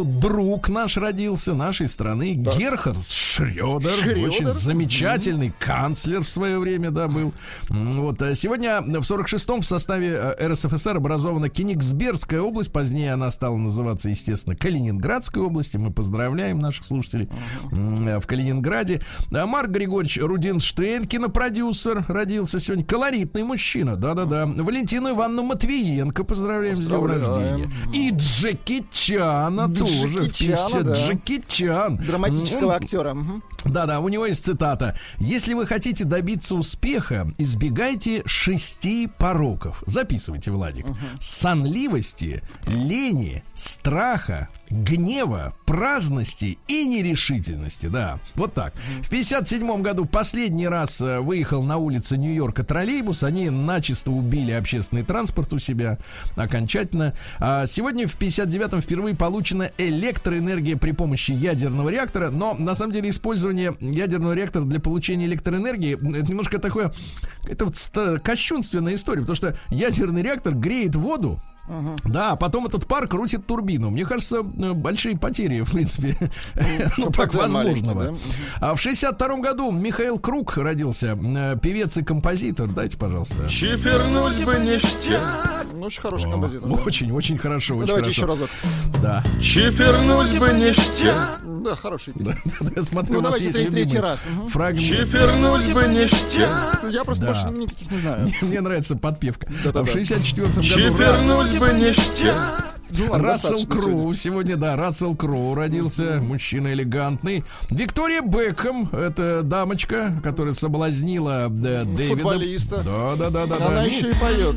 друг наш родился, нашей страны, да. Герхард Шрёдер, Шрёдер, очень замечательный mm-hmm. канцлер в свое время, да, был. Вот. Сегодня в сорок шестом в составе РСФСР образована Кенигсбергская область, позднее она стала называться, естественно, Калининградской областью. Мы поздравляем наших слушателей uh-huh. в Калининграде. Марк Григорьевич Рудинштейн, кинопродюсер, родился сегодня. Колоритный мужчина, да-да-да. Валентину Ивановну Матвиенко поздравляем с днем рождения. И Джеки Чана тоже. Джеки в пятьдесят, да. Джеки Чан. Драматического Он... актера. Угу. Да-да, у него есть цитата. Если вы хотите добиться успеха, избегайте шести пороков. Записывайте, Владик. Угу. Сонливости, лени, страха, гнева, праздности и нерешительности. Да, вот так. В пятьдесят седьмом году последний раз выехал на улицы Нью-Йорка троллейбус. Они начисто убили общественный транспорт у себя окончательно. А сегодня в пятьдесят девятом впервые получена электроэнергия при помощи ядерного реактора. Но на самом деле использование ядерного реактора для получения электроэнергии это немножко такое, это вот кощунственная история, потому что ядерный реактор греет воду. Uh-huh. Да, а потом этот пар крутит турбину. Мне кажется, большие потери, в принципе, ну так возможного. А в шестьдесят втором году Михаил Круг родился, певец и композитор. Дайте, пожалуйста. Чифернуть бы ништяк. Ну, очень хороший композитор. Очень, очень хорошо. Давайте еще разок. Да. Чифернуть бы ништяк. Да, хороший. Я смотрю, у нас есть любимый фрагмент. Чифернуть бы ништяк. Я просто больше никаких не знаю. Мне нравится подпевка. В шестьдесят четвёртом году Чифернуть бы ништяк. Ну, Рассел Кроу сегодня, да, Рассел Кроу родился, mm-hmm. мужчина элегантный. Виктория Бекхэм, это дамочка, которая соблазнила да, Дэвида. Футболиста. Да, да, да, да. Она да. еще и поет.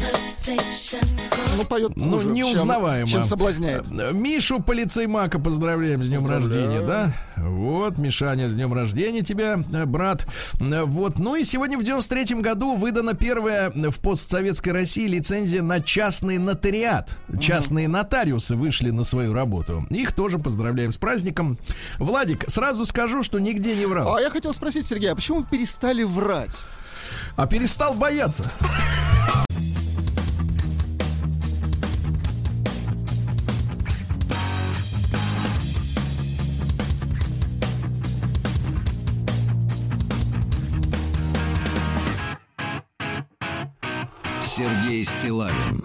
Ну, поет ну, хуже, неузнаваемо. Чем, чем соблазняет. Мишу Полицеймака поздравляем с днем рождения, да? Вот, Мишаня, с днем рождения тебя, брат. Вот, ну и сегодня в девяносто третьем году выдана первая в постсоветской России лицензия на частный нотариат. Частные mm-hmm. нотариусы вышли на свою работу. Их тоже поздравляем с праздником. Владик, сразу скажу, что нигде не врал. А я хотел спросить, Сергей, а почему вы перестали врать? А перестал бояться. Сергей Стиллавин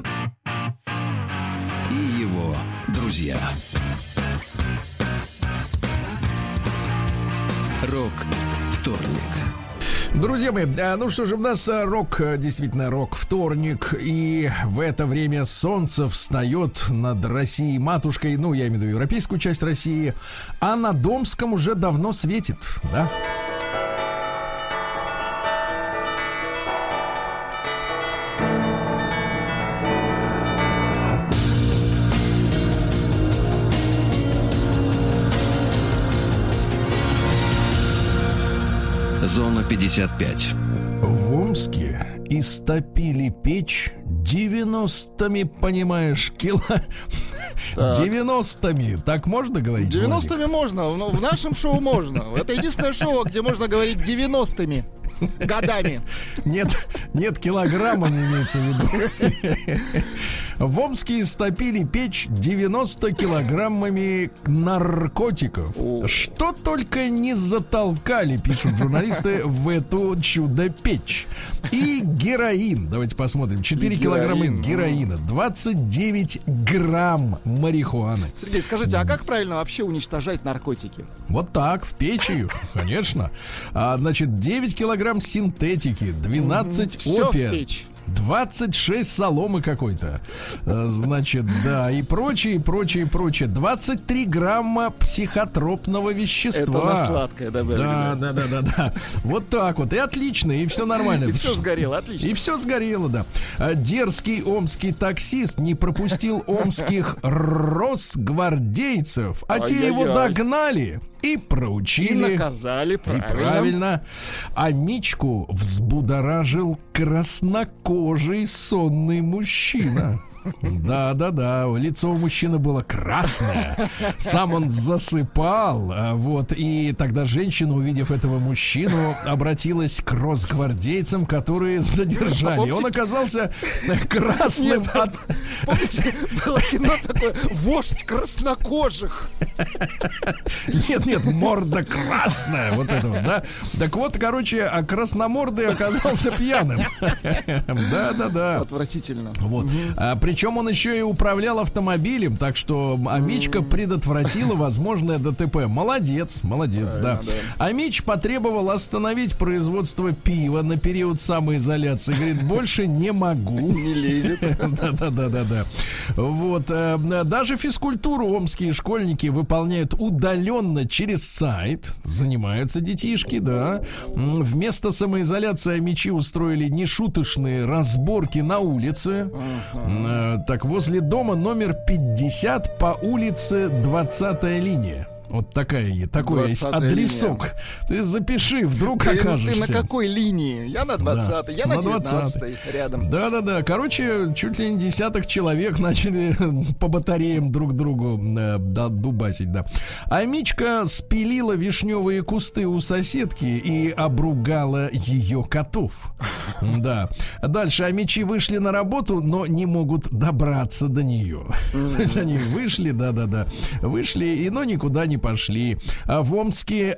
и его друзья. Рок-вторник. Друзья мои, ну что же, у нас рок, действительно рок-вторник, и в это время солнце встает над Россией матушкой, ну, я имею в виду европейскую часть России, а на Домском уже давно светит, да? Зона пятьдесят пять. В Омске истопили печь девяностыми, понимаешь, кило... девяностыми. Так можно говорить? девяностыми можно, но в нашем шоу можно. Это единственное шоу, где можно говорить девяностыми годами. Нет, нет, килограммами имеется в виду. В Омске истопили печь девяносто килограммами наркотиков. О. Что только не затолкали, пишут журналисты, в эту чудо-печь. И героин. Давайте посмотрим. четыре килограмма героина, двадцать девять грамм марихуаны. Сергей, скажите, а как правильно вообще уничтожать наркотики? Вот так, в печи, конечно. А, значит, девять килограмм синтетики, двенадцать Все опия. в печь. двадцать шесть соломы какой-то. Значит, да, и прочее, прочее, прочее. двадцать три грамма психотропного вещества. Это на сладкое добавили. Да, да, да, да, да. Вот так вот. И отлично, и все нормально. И все сгорело, отлично. И все сгорело, да. Дерзкий омский таксист не пропустил омских росгвардейцев, а те его догнали и проучили. И наказали, правильно. И правильно. А Мичку взбудоражил краснокожий сонный мужчина. Да, да, да. Лицо у мужчины было красное. Сам он засыпал. Вот. И тогда женщина, увидев этого мужчину, обратилась к росгвардейцам, которые задержали. Он оказался красным Нет, от... Помните, было кино такое «Вождь краснокожих». Нет, нет, морда красная. Вот это вот, да. Так вот, короче, а красномордый оказался пьяным. Да, да, да. Отвратительно. Вот. А, причем он еще и управлял автомобилем, так что Амичка предотвратила возможное ДТП. Молодец, молодец, да. Амич потребовал остановить производство пива на период самоизоляции. Говорит, больше не могу. Не лезет. Да, да, да, да, да. Вот. Даже физкультуру омские школьники выполняют удаленно через сайт. Занимаются детишки, да. Вместо самоизоляции Амичи устроили нешуточные разборки на улице. Uh-huh. Так, возле дома номер пятьдесят по улице двадцатая линия. Вот такая, такой есть адресок. Линия. Ты запиши, вдруг ты, окажешься. Ты на какой линии? Я на двадцатой, да. Я на девятнадцатой рядом. Да-да-да. Короче, чуть ли не десяток человек начали по батареям друг другу э, дубасить, да. А Мичка спилила вишневые кусты у соседки и обругала ее котов. Да. Дальше Амичи вышли на работу, но не могут добраться до нее. То есть они вышли, да-да-да, вышли, и но никуда не пошли. А в Омске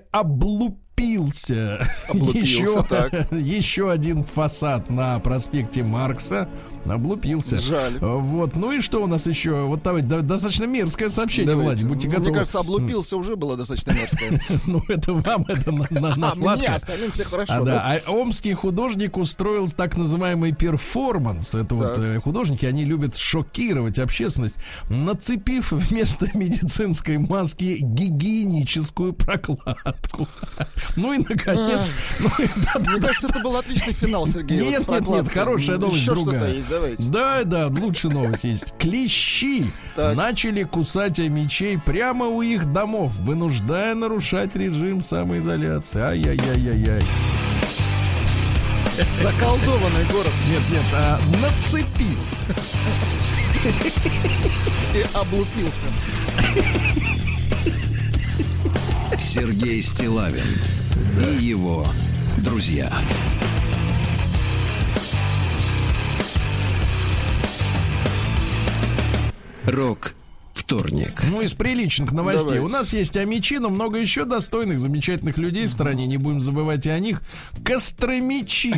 облупился, облупился еще, еще один фасад на проспекте Маркса. Облупился. Жаль. Вот. Ну и что у нас еще? Вот давайте, достаточно мерзкое сообщение, давайте. Владик, будьте готовы. Мне кажется, облупился уже было достаточно мерзкое. Ну, это вам, это на сладко. А мне, остальным все хорошо. А омский художник устроил так называемый перформанс. Это вот художники, они любят шокировать общественность, нацепив вместо медицинской маски гигиеническую прокладку. Ну и, наконец... Мне кажется, это был отличный финал, Сергей. Нет, нет, нет, хорошая новость другая. Давайте. Да, да, лучше новость есть. Клещи так. начали кусать Амичей прямо у их домов, вынуждая нарушать режим самоизоляции. Ай-яй-яй-яй-яй. Заколдованный город. Нет, нет, а нацепил. И облупился. Сергей Стиллавин и его друзья. Рок вторник. Ну, из приличных новостей. Давайте. У нас есть Амичи, но много еще достойных, замечательных людей в стране. Не будем забывать и о них. Костромичи.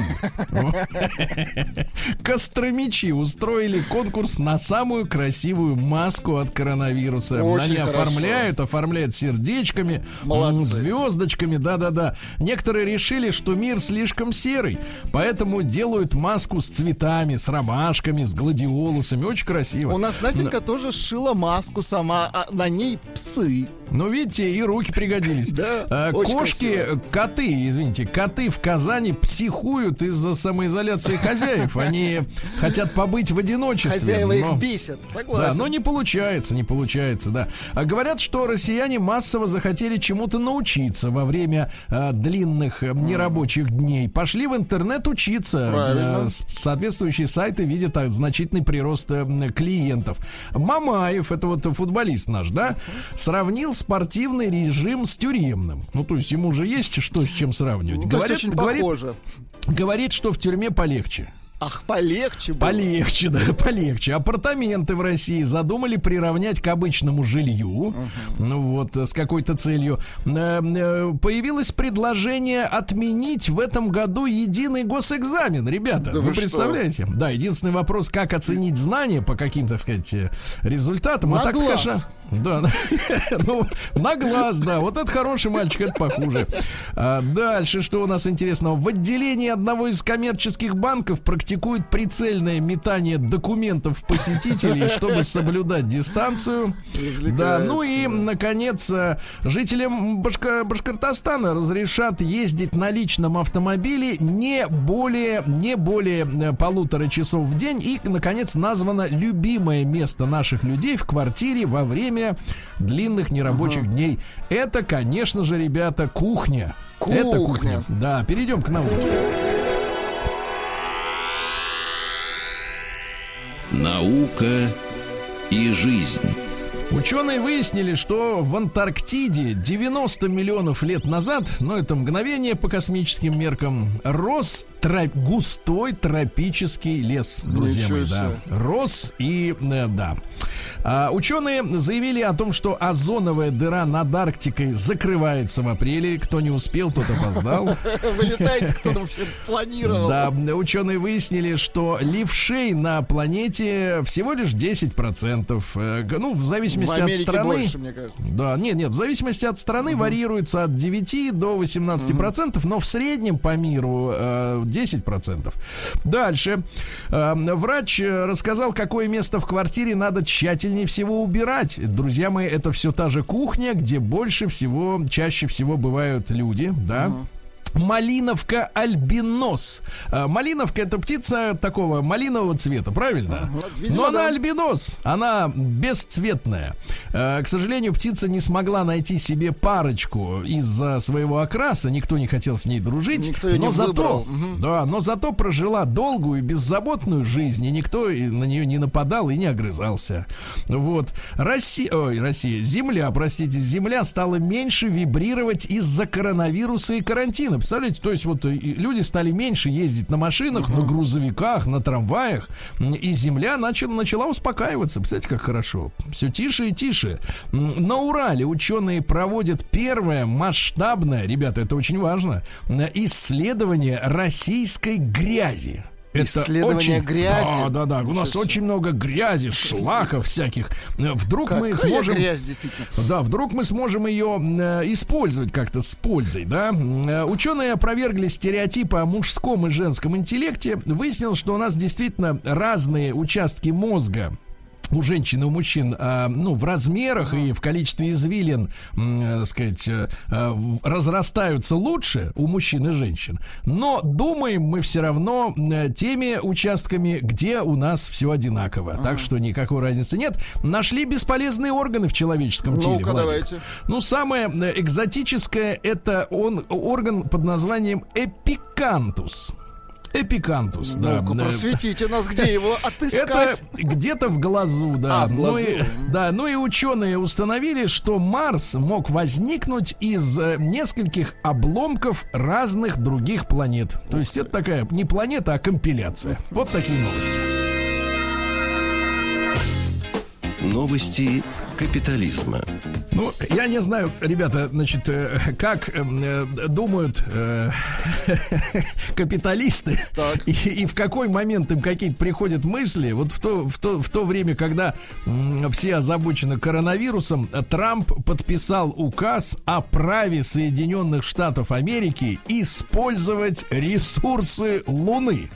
Костромичи устроили конкурс на самую красивую маску от коронавируса. Они оформляют, оформляют сердечками, звездочками, да-да-да. Некоторые решили, что мир слишком серый, поэтому делают маску с цветами, с ромашками, с гладиолусами. Очень красиво. У нас Настенька тоже сшила маску сама, а на ней псы. Ну, видите, и руки пригодились. Да, а, кошки, красиво. коты, извините, коты в Казани психуют из-за самоизоляции хозяев. Они хотят побыть в одиночестве. Хозяева но... их бесят, согласен. Да, но не получается, не получается, да. А говорят, что россияне массово захотели чему-то научиться во время а, длинных а, нерабочих дней. Пошли в интернет учиться. А, соответствующие сайты видят а, значительный прирост а, клиентов. Мамаев, это вот футболист наш, да, сравнил спортивный режим с тюремным. Ну, то есть ему же есть что с чем сравнивать. Ну, говорит, очень говорит, похоже. Говорит, что в тюрьме полегче. Ах, полегче было. Полегче, да, полегче. Апартаменты в России задумали приравнять к обычному жилью. Uh-huh. Ну вот, с какой-то целью. Появилось предложение отменить в этом году единый госэкзамен. Ребята, да вы, вы представляете? Что? Да, единственный вопрос, как оценить знания по каким, так сказать, результатам. На а так, глаз. Конечно, да, ну, на глаз, да. Вот это хороший мальчик, это похуже. А дальше, что у нас интересного? В отделении одного из коммерческих банков практически практикует прицельное метание документов посетителей, чтобы соблюдать дистанцию. Да, ну и, наконец, жителям Башка- Башкортостана разрешат ездить на личном автомобиле не более, не более полутора часов в день. И, наконец, названо любимое место наших людей в квартире во время длинных нерабочих ага. дней. Это, конечно же, ребята, кухня. Кухня. Это кухня. Да, перейдем к науке. Наука и жизнь. Ученые выяснили, что в Антарктиде девяносто миллионов лет назад, ну это мгновение по космическим меркам, рос тро- густой тропический лес, друзья Ничего мои, да. Рос и, э, да. А, ученые заявили о том, что озоновая дыра над Арктикой закрывается в апреле. Кто не успел, тот опоздал. Вы летаете, кто вообще планировал. Да, ученые выяснили, что левшей на планете всего лишь десять процентов. Ну, в зависимости от страны. Больше, мне кажется. Да, нет, нет, в зависимости от страны угу. варьируется от девяти до восемнадцати процентов, угу. но в среднем по миру э, десять процентов. Дальше. Э, врач рассказал, какое место в квартире надо тщательнее всего убирать. Друзья мои, это все та же кухня, где больше всего, чаще всего бывают люди, да. Угу. Малиновка альбинос. Малиновка — это птица такого малинового цвета, правильно? Видимо, но она да. альбинос, она бесцветная. К сожалению, птица не смогла найти себе парочку из-за своего окраса. Никто не хотел с ней дружить. Никто ее но не зато, угу. да, но зато прожила долгую и беззаботную жизнь, и никто на нее не нападал и не огрызался. Вот. Россия, ой, Россия, Земля, простите, Земля стала меньше вибрировать из-за коронавируса и карантина. Представляете, то есть вот люди стали меньше ездить на машинах, uh-huh. на грузовиках, на трамваях, и Земля начала, начала успокаиваться. Представляете, как хорошо. Все тише и тише. На Урале ученые проводят первое масштабное, ребята, это очень важно, исследование российской грязи. Это исследование очень, грязи. Да, да, да. У нас Сейчас. очень много грязи, шлаков всяких. Вдруг Какая мы сможем. Грязь, действительно. Да, вдруг мы сможем ее э, использовать как-то с пользой, да. Э, ученые опровергли стереотипы о мужском и женском интеллекте. Выяснилось, что у нас действительно разные участки мозга. У женщин и у мужчин, э, ну, в размерах и в количестве извилин, э, сказать, э, разрастаются лучше у мужчин и женщин. Но думаем мы все равно э, теми участками, где у нас все одинаково. А-а-а. Так что никакой разницы нет. Нашли бесполезные органы в человеческом Ну-ка, теле, Владик. давайте. Ну, самое экзотическое — это он, орган под названием эпикантус. Эпикантус, да. Ну-ка, просветите нас, где его отыскать. Это где-то в глазу, да. А, в глазу. Ну и, да, ну и ученые установили, что Марс мог возникнуть из э, нескольких обломков разных других планет. То есть это такая не планета, а компиляция. Вот такие новости. Новости капитализма. Ну, я не знаю, ребята, значит, э, как э, думают э, капиталисты и, и в какой момент им какие-то приходят мысли. Вот в то, в то, в то время, когда м, все озабочены коронавирусом, Трамп подписал указ о праве Соединенных Штатов Америки использовать ресурсы Луны.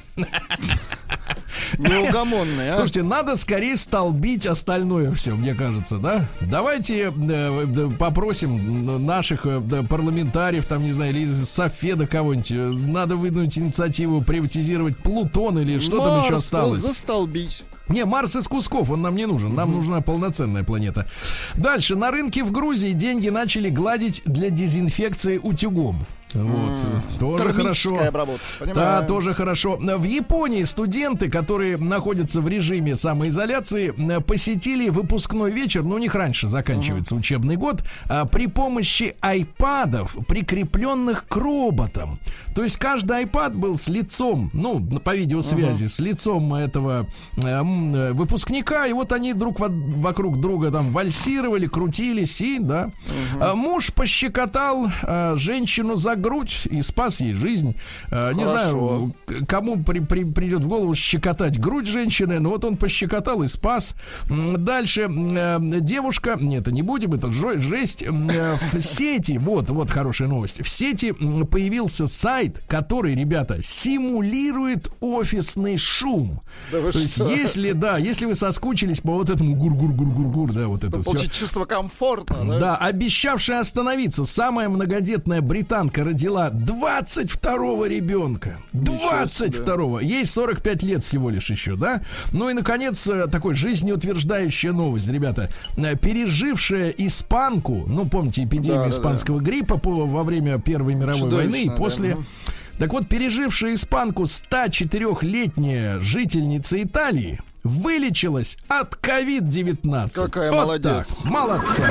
Неугомонный, а? Слушайте, надо скорее столбить остальное все, мне кажется, да? Давайте э, попросим наших э, парламентариев, там, не знаю, или из Софеда кого-нибудь. Надо выдвинуть инициативу приватизировать Плутон или что Марс, там еще осталось. Застолбить. Не, Марс из кусков, он нам не нужен. Нам mm-hmm. нужна полноценная планета. Дальше. На рынке в Грузии деньги начали гладить для дезинфекции утюгом. Вот, mm. тоже хорошо. Да, тоже хорошо. В Японии студенты, которые находятся в режиме самоизоляции, посетили выпускной вечер, ну, у них раньше заканчивается uh-huh. учебный год, при помощи айпадов, прикрепленных к роботам. То есть каждый айпад был с лицом, ну, по видеосвязи, uh-huh. с лицом этого э, выпускника, и вот они друг во- вокруг друга там вальсировали, крутились, и, да. Uh-huh. Муж пощекотал э, женщину за грудь и спас ей жизнь. Э, не знаю, кому при, при, придет в голову щекотать грудь женщины, но вот он пощекотал и спас. Дальше э, девушка, нет, это не будем, это жесть. Э, в сети, вот, вот хорошая новость. В сети появился сайт, который, ребята, симулирует офисный шум. Да То есть, что? если, да, если вы соскучились по вот этому гур-гур-гур-гур-гур, да, вот это все. Получить чувство комфорта, да? Да, обещавшая остановиться, самая многодетная британка родила двадцать второго ребенка. двадцать второго. Ей сорок пять лет всего лишь еще, да? Ну и, наконец, такой жизнеутверждающая новость, ребята. Пережившая испанку, ну, помните, эпидемию да, испанского да, да. гриппа по, во время Первой мировой войны и после... Да. Так вот, пережившая испанку сто четырёхлетняя жительница Италии вылечилась от ковид девятнадцать. Какая вот молодец. Так. Молодца.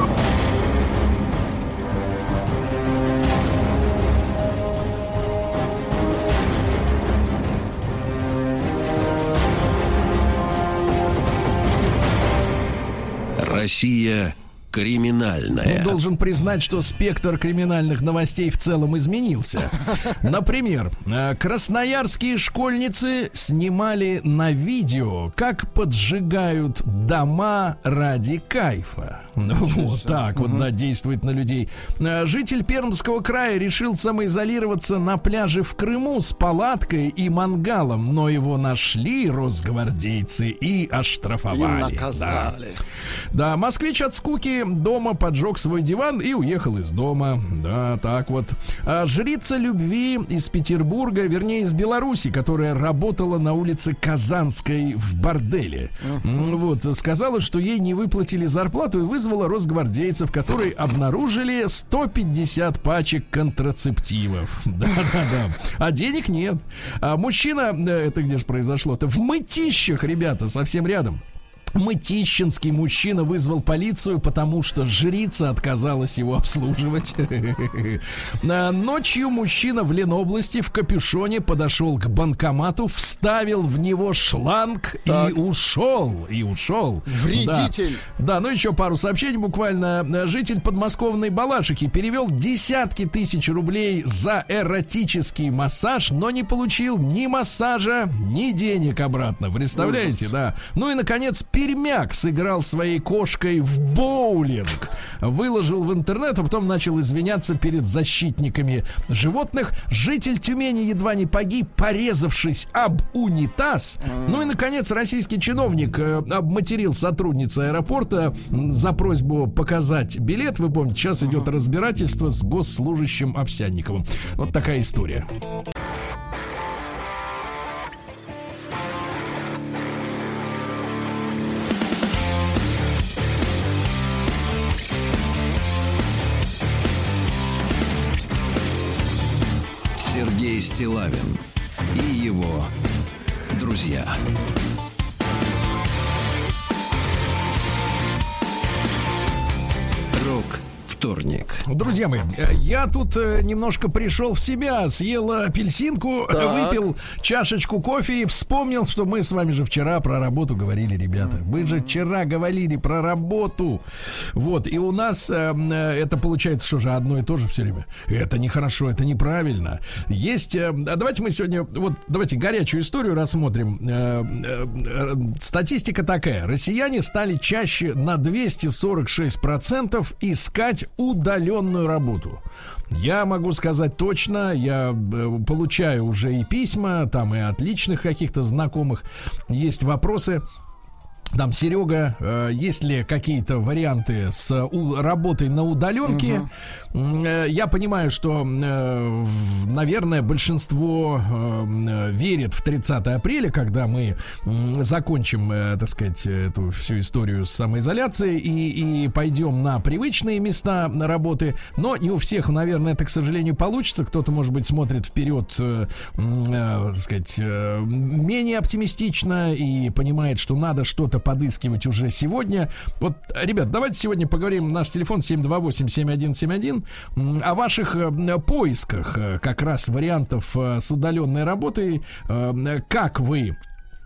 Россия криминальная. Он должен признать, что спектр криминальных новостей в целом изменился. Например, красноярские школьницы снимали на видео, как поджигают дома ради кайфа. Вот так вот, да, действует на людей. Житель Пермского края решил самоизолироваться на пляже в Крыму с палаткой и мангалом, но его нашли росгвардейцы и оштрафовали. И наказали. Да, да, москвич от скуки дома поджег свой диван и уехал из дома. Да, так вот. А жрица любви из Петербурга, вернее, из Беларуси, которая работала на улице Казанской в борделе. Uh-huh. Вот, сказала, что ей не выплатили зарплату и вызвала росгвардейцев, которые обнаружили сто пятьдесят пачек контрацептивов. Да-да-да. А денег нет. А мужчина, это где же произошло-то? В Мытищах, ребята, совсем рядом. Мытищинский мужчина вызвал полицию, потому что жрица отказалась его обслуживать. Ночью мужчина в Ленобласти в капюшоне подошел к банкомату, вставил в него шланг так. и ушел. И ушел. Вредитель. Да. да, ну еще пару сообщений буквально. Житель подмосковной Балашихи перевел десятки тысяч рублей за эротический массаж, но не получил ни массажа, ни денег обратно. Представляете, да? Ну и, наконец, пермяк сыграл своей кошкой в боулинг, выложил в интернет, а потом начал извиняться перед защитниками животных. Житель Тюмени едва не погиб, порезавшись об унитаз. Ну и, наконец, российский чиновник обматерил сотрудницу аэропорта за просьбу показать билет. Вы помните, сейчас идет разбирательство с госслужащим Овсянниковым. Вот такая история. Сергей Стиллавин и его друзья. Рок вторник. Друзья мои, я тут немножко пришел в себя, съел апельсинку, так. выпил чашечку кофе и вспомнил, что мы с вами же вчера про работу говорили, ребята. Мы же вчера говорили про работу. Вот, и у нас э, это получается, что же, одно и то же все время. Это нехорошо, это неправильно. Есть, э, давайте мы сегодня, вот, давайте горячую историю рассмотрим. Э, э, статистика такая. Россияне стали чаще на двести сорок шесть процентов искать удаленную работу. Я могу сказать точно, я получаю уже и письма, там и от личных каких-то знакомых. Есть вопросы. Там, Серега, э, есть ли какие-то варианты с у, работой на удаленке? Угу. Э, я понимаю, что, э, наверное, большинство э, верит в тридцатое апреля, когда мы э, закончим, э, так сказать, эту всю историю с самоизоляцией и, и пойдем на привычные места работы. Но не у всех, наверное, это, к сожалению, получится. Кто-то, может быть, смотрит вперед, э, э, так сказать, э, менее оптимистично и понимает, что надо что-то подыскивать уже сегодня. Вот, ребят, давайте сегодня поговорим. Наш телефон семь два восемь семь один семь один о ваших поисках как раз вариантов с удаленной работой. Как вы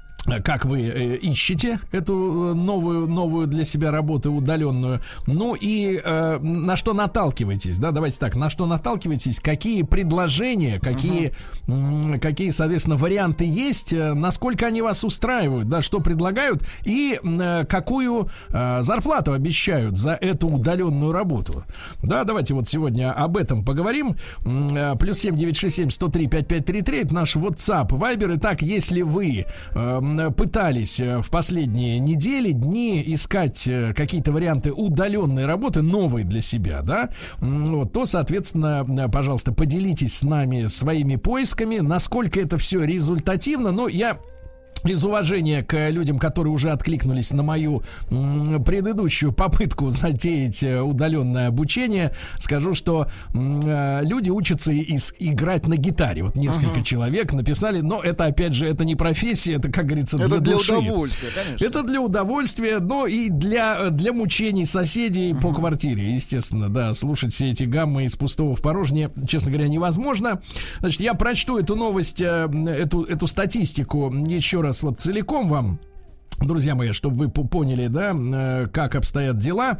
Как вы э, ищете эту новую, новую для себя работу удаленную? Ну и э, на что наталкиваетесь, да, давайте так, на что наталкиваетесь, какие предложения, какие, uh-huh. м, какие, соответственно, варианты есть, э, насколько они вас устраивают, да, что предлагают и э, какую э, зарплату обещают за эту удаленную работу. Да, давайте вот сегодня об этом поговорим. Э, плюс семь девять шесть семь сто три пять пять три три, это наш WhatsApp, Viber. Итак, если вы э, пытались в последние недели, дни искать какие-то варианты удаленной работы, новые для себя, да, вот, то, соответственно, пожалуйста, поделитесь с нами своими поисками, насколько это все результативно. Но я из уважения к людям, которые уже откликнулись на мою м, предыдущую попытку затеять удаленное обучение, скажу, что м, люди учатся из, играть на гитаре. Вот несколько uh-huh. человек написали, но это, опять же, это не профессия, это, как говорится, для, это для души. удовольствия, конечно. Это для удовольствия, но и для, для мучений соседей uh-huh. по квартире, естественно, да, слушать все эти гаммы из пустого в порожнее, честно говоря, невозможно. Значит, я прочту эту новость, эту, эту статистику еще раз вот целиком вам, друзья мои, чтобы вы поняли, да, как обстоят дела.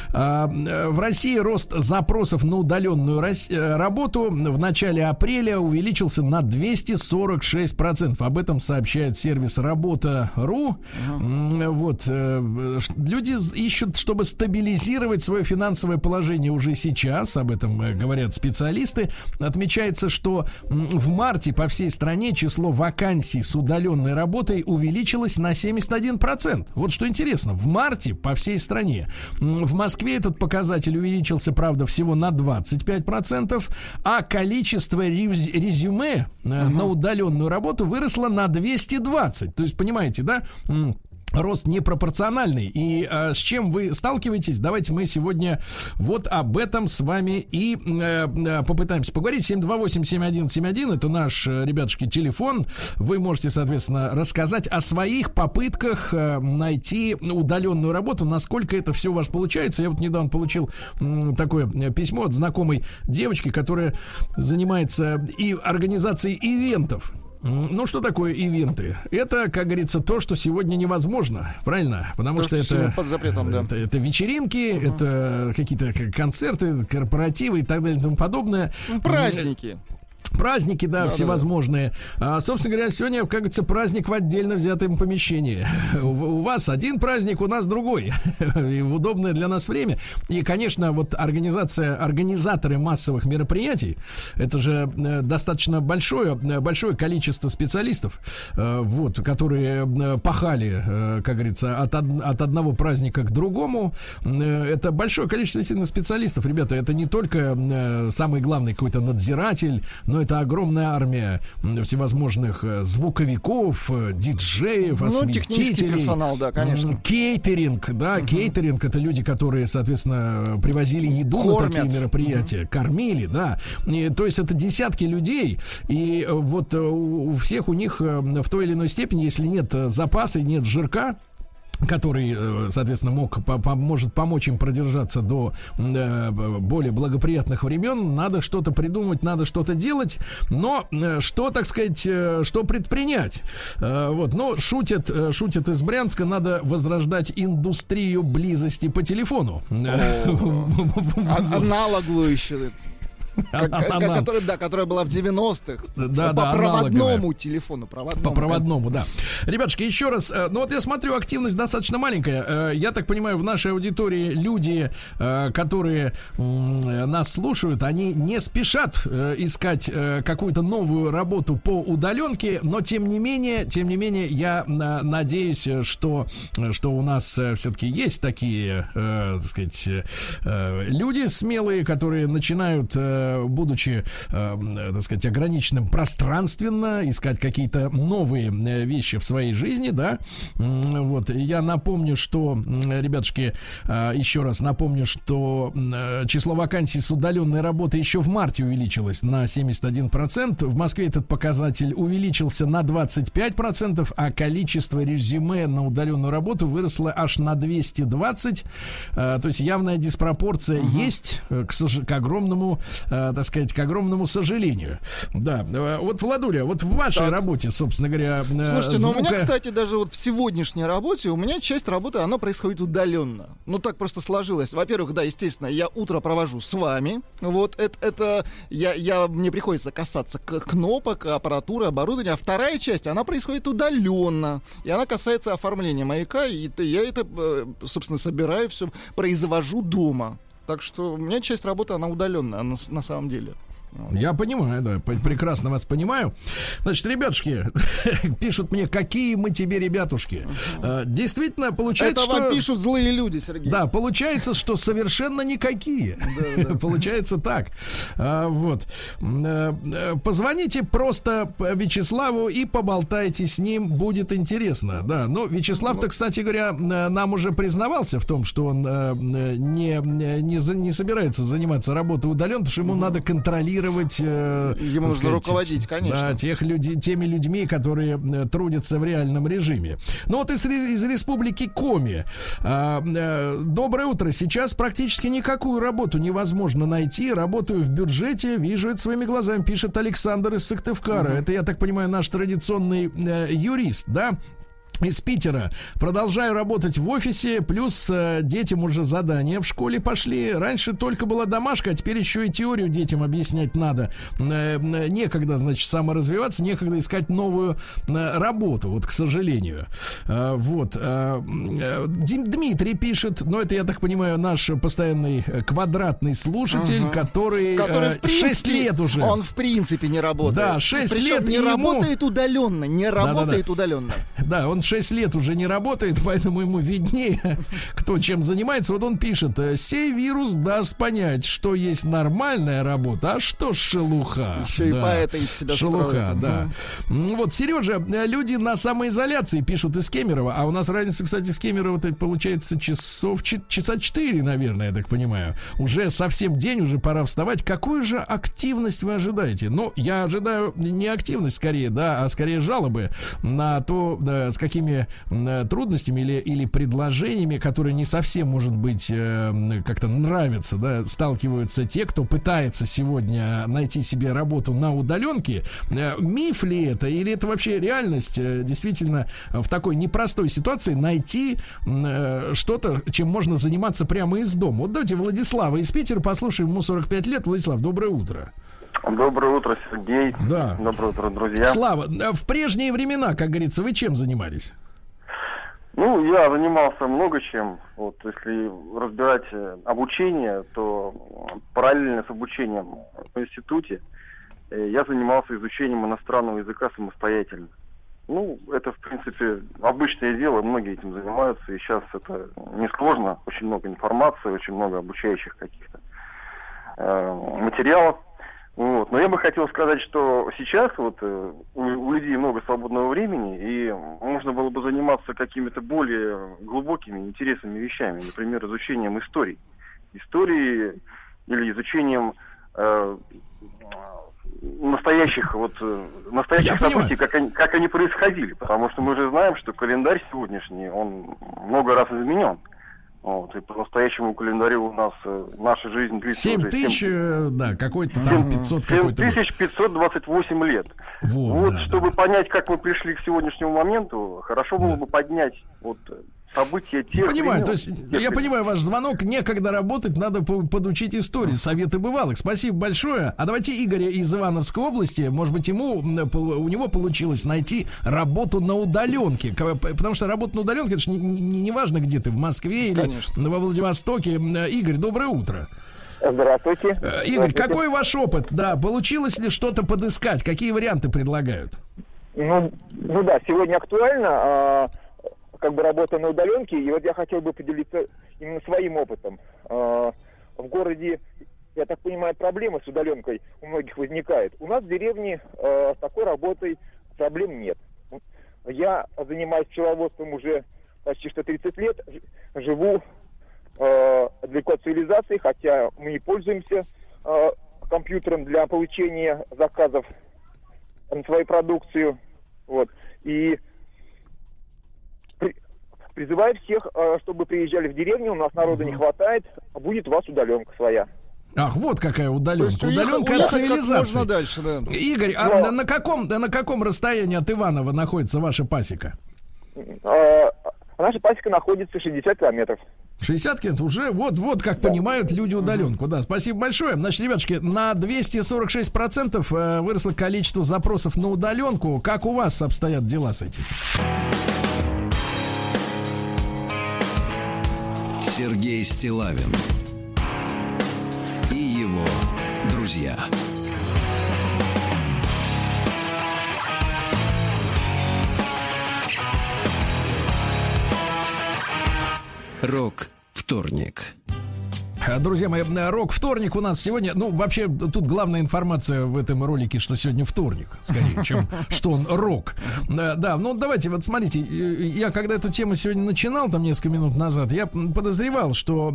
В России рост запросов на удаленную работу в начале апреля увеличился на двести сорок шесть процентов. Об этом сообщает сервис работа точка ру. Uh-huh. Вот. Люди ищут, чтобы стабилизировать свое финансовое положение уже сейчас. Об этом говорят специалисты. Отмечается, что в марте по всей стране число вакансий с удаленной работой увеличилось на семьдесят один процент. Вот что интересно, в марте по всей стране. В Москве этот показатель увеличился, правда, всего на двадцать пять процентов, а количество рез- резюме uh-huh. на удаленную работу выросло на двести двадцать. То есть, понимаете, да? Рост непропорциональный. И э, с чем вы сталкиваетесь? Давайте мы сегодня вот об этом с вами и э, попытаемся поговорить. семь два восемь семь один семь один это наш, ребятушки, телефон. Вы можете, соответственно, рассказать о своих попытках э, найти удаленную работу, насколько это все у вас получается. Я вот недавно получил э, такое письмо от знакомой девочки, которая занимается и организацией ивентов. Ну, что такое ивенты? Это, как говорится, то, что сегодня невозможно, правильно? Потому то, что, что это, под запретом, да. это, это вечеринки, uh-huh. это какие-то концерты, корпоративы и так далее и тому подобное. Праздники. Праздники, да, да всевозможные. Да. А, собственно говоря, сегодня, как говорится, праздник в отдельно взятом помещении. У, у вас один праздник, у нас другой. И в удобное для нас время. И, конечно, вот организация, организаторы массовых мероприятий, это же э, достаточно большое, большое количество специалистов, э, вот, которые э, пахали, э, как говорится, от, од, от одного праздника к другому. Э, это большое количество действительно специалистов. Ребята, это не только э, самый главный какой-то надзиратель, но это огромная армия всевозможных звуковиков, диджеев, ну, осветителей, персонал, да, конечно. Кейтеринг, да, uh-huh. кейтеринг — это люди, которые, соответственно, привозили еду Кормят. на такие мероприятия, uh-huh. кормили, да. И, то есть это десятки людей, и вот у всех у них в той или иной степени, если нет запаса и нет жирка, который, соответственно, мог, по, по, может помочь им продержаться до э, более благоприятных времен. Надо что-то придумать, надо что-то делать. Но э, что, так сказать, э, что предпринять? Э, вот, но шутят, э, шутят из Брянска, надо возрождать индустрию близости по телефону. Аналоглую еще. Которая, да, которая была в девяностых. Да, по да, проводному аналоговая. телефону. Проводному. По проводному, да. Ребятушки, еще раз. Ну вот я смотрю, активность достаточно маленькая. Я так понимаю, в нашей аудитории люди, которые нас слушают, они не спешат искать какую-то новую работу по удаленке, но тем не менее, тем не менее, я надеюсь, что, что у нас все-таки есть такие, так сказать, люди смелые, которые начинают, будучи, э, так сказать, ограниченным пространственно, искать какие-то новые вещи в своей жизни, да. Вот, я напомню, что, ребятушки, э, еще раз напомню, что э, число вакансий с удаленной работы еще в марте увеличилось на семьдесят один процент. В Москве этот показатель увеличился на двадцать пять процентов, а количество резюме на удаленную работу выросло аж на двести двадцать. Э, то есть явная диспропорция uh-huh. есть, к, к огромному так сказать, к огромному сожалению. Да, вот, Владуля, вот в вашей так. работе, собственно говоря, слушайте, звука... ну у меня, кстати, даже вот в сегодняшней работе, у меня часть работы, она происходит удаленно. Ну, так просто сложилось. Во-первых, да, естественно, я утро провожу с вами. Вот, это, это я, я, мне приходится касаться кнопок, аппаратуры, оборудования. А вторая часть, она происходит удаленно. И она касается оформления маяка. И я это, собственно, собираю, все произвожу дома. Так что у меня часть работы, она удаленная, на, на самом деле. Я понимаю, да, прекрасно вас понимаю. Значит, ребятушки, пишут мне, какие мы тебе ребятушки. Действительно, получается, это что... вам пишут злые люди, Сергей. Да, получается, что совершенно никакие. Да, да. Получается так. А, вот. Позвоните просто Вячеславу и поболтайте с ним, будет интересно. Да, ну, Вячеслав-то, кстати говоря, нам уже признавался в том, что он не, не, не собирается заниматься работой удаленно, потому что ему надо контролировать... Ему нужно сказать, руководить, конечно. Да, тех людей, теми людьми, которые трудятся в реальном режиме. Ну вот из, из республики Коми. А, а, доброе утро. Сейчас практически никакую работу невозможно найти. Работаю в бюджете, вижу это своими глазами, пишет Александр из Сыктывкара. Mm-hmm. Это, я так понимаю, наш традиционный э, юрист, да? Из Питера. Продолжаю работать в офисе, плюс э, детям уже задания в школе пошли. Раньше только была домашка, а теперь еще и теорию детям объяснять надо. Э, э, некогда, значит, саморазвиваться, некогда искать новую э, работу, вот, к сожалению. Э, вот. Э, э, Дмитрий пишет, ну, это, я так понимаю, наш постоянный квадратный слушатель, угу. который, который э, принципе, шесть лет уже. Он, в принципе, не работает. Да, шесть лет не ему... работает удаленно, не работает Да-да-да. удаленно. Да, он шесть лет уже не работает, поэтому ему виднее, кто чем занимается. Вот он пишет: сей вирус даст понять, что есть нормальная работа, а что шелуха. Еще да. и поэта из себя шелуха, строит. да. Mm. Вот, Сережа, люди на самоизоляции, пишут из Кемерово, а у нас разница, кстати, с Кемерово-то получается часов, часа четыре, наверное, я так понимаю. Уже совсем день, уже пора вставать. Какую же активность вы ожидаете? Ну, я ожидаю не активность скорее, да, а скорее жалобы на то, да, с какими трудностями или, или предложениями, которые не совсем, может быть, э, как-то нравятся, да, сталкиваются те, кто пытается сегодня найти себе работу на удаленке. Э, миф ли это, или это вообще реальность? Э, действительно, в такой непростой ситуации найти э, что-то, чем можно заниматься прямо из дома. Вот давайте Владислава из Питера послушаем, ему сорок пять лет. Владислав, доброе утро. Доброе утро, Сергей. Да. Доброе утро, друзья. Слава, в прежние времена, как говорится, вы чем занимались? Ну, я занимался много чем. Вот, если разбирать обучение, то параллельно с обучением в институте я занимался изучением иностранного языка самостоятельно. Ну, это, в принципе, обычное дело, многие этим занимаются, и сейчас это несложно. Очень много информации, очень много обучающих каких-то э, материалов. Вот. Но я бы хотел сказать, что сейчас вот у, у людей много свободного времени, и можно было бы заниматься какими-то более глубокими, интересными вещами, например, изучением истории. Истории или изучением э, настоящих, вот, настоящих событий, как они, как они происходили. Потому что мы же знаем, что календарь сегодняшний, он много раз изменен. Вот, и по настоящему календарю у нас э, наша жизнь длится семь тысяч, да, какой-то там пятьсот какой-то. семь тысяч пятьсот двадцать восемь лет. Вот, вот да, чтобы да. понять, как мы пришли к сегодняшнему моменту, хорошо было да. бы поднять вот события тех. Понимаю, то есть я времен. понимаю ваш звонок, некогда работать, надо подучить историю, советы бывалых. Спасибо большое. А давайте Игоря из Ивановской области, может быть, ему, у него получилось найти работу на удаленке, потому что работа на удаленке, это же не, не, не важно, где ты, в Москве или Конечно. во Владивостоке. Игорь, доброе утро. Здравствуйте. Игорь, Здравствуйте. Какой ваш опыт? Да, получилось ли что-то подыскать? Какие варианты предлагают? Ну, ну да, сегодня актуально, а, как бы работа на удаленке, и вот я хотел бы поделиться именно своим опытом. А, в городе, я так понимаю, проблемы с удаленкой у многих возникает. У нас в деревне а, с такой работой проблем нет. Я занимаюсь пчеловодством уже почти что тридцать лет, живу э, далеко от цивилизации, хотя мы не пользуемся э, компьютером для получения заказов на свою продукцию. Вот. И при, призываю всех, э, чтобы приезжали в деревню, у нас народу не хватает, будет у вас удаленка своя. Ах, вот какая удаленка. Удаленка от цивилизации. Дальше, да. Игорь, а Но... на, каком, на каком расстоянии от Иваново находится ваша пасека? Э, наша пасека находится шестьдесят километров. шестьдесят километров уже, вот, вот как да. понимают люди удаленку. Да, спасибо большое. Значит, ребятушки, на двести сорок шесть процентов выросло количество запросов на удаленку. Как у вас обстоят дела с этим? Сергей Стиллавин и его друзья. Рок-вторник. Друзья мои, рок-вторник у нас сегодня. Ну, вообще, тут главная информация в этом ролике, что сегодня вторник, скорее, чем что он рок. Да, ну давайте, вот смотрите, я когда эту тему сегодня начинал, там несколько минут назад, я подозревал, что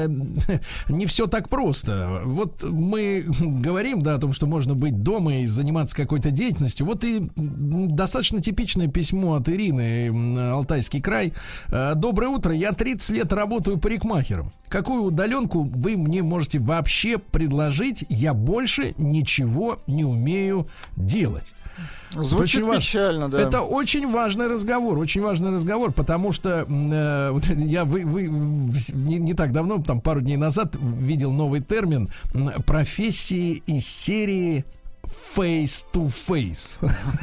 не все так просто. Вот мы говорим, да, о том, что можно быть дома и заниматься какой-то деятельностью. Вот и достаточно типичное письмо от Ирины, Алтайский край. Доброе утро, я тридцать лет работаю парикмахером. Какую удаленку вы мне можете вообще предложить? Я больше ничего не умею делать. Звучит очень печально, важ... да. Это очень важный разговор, очень важный разговор, потому что э, вот я вы, вы, не, не так давно, там пару дней назад, видел новый термин профессии из серии face to face.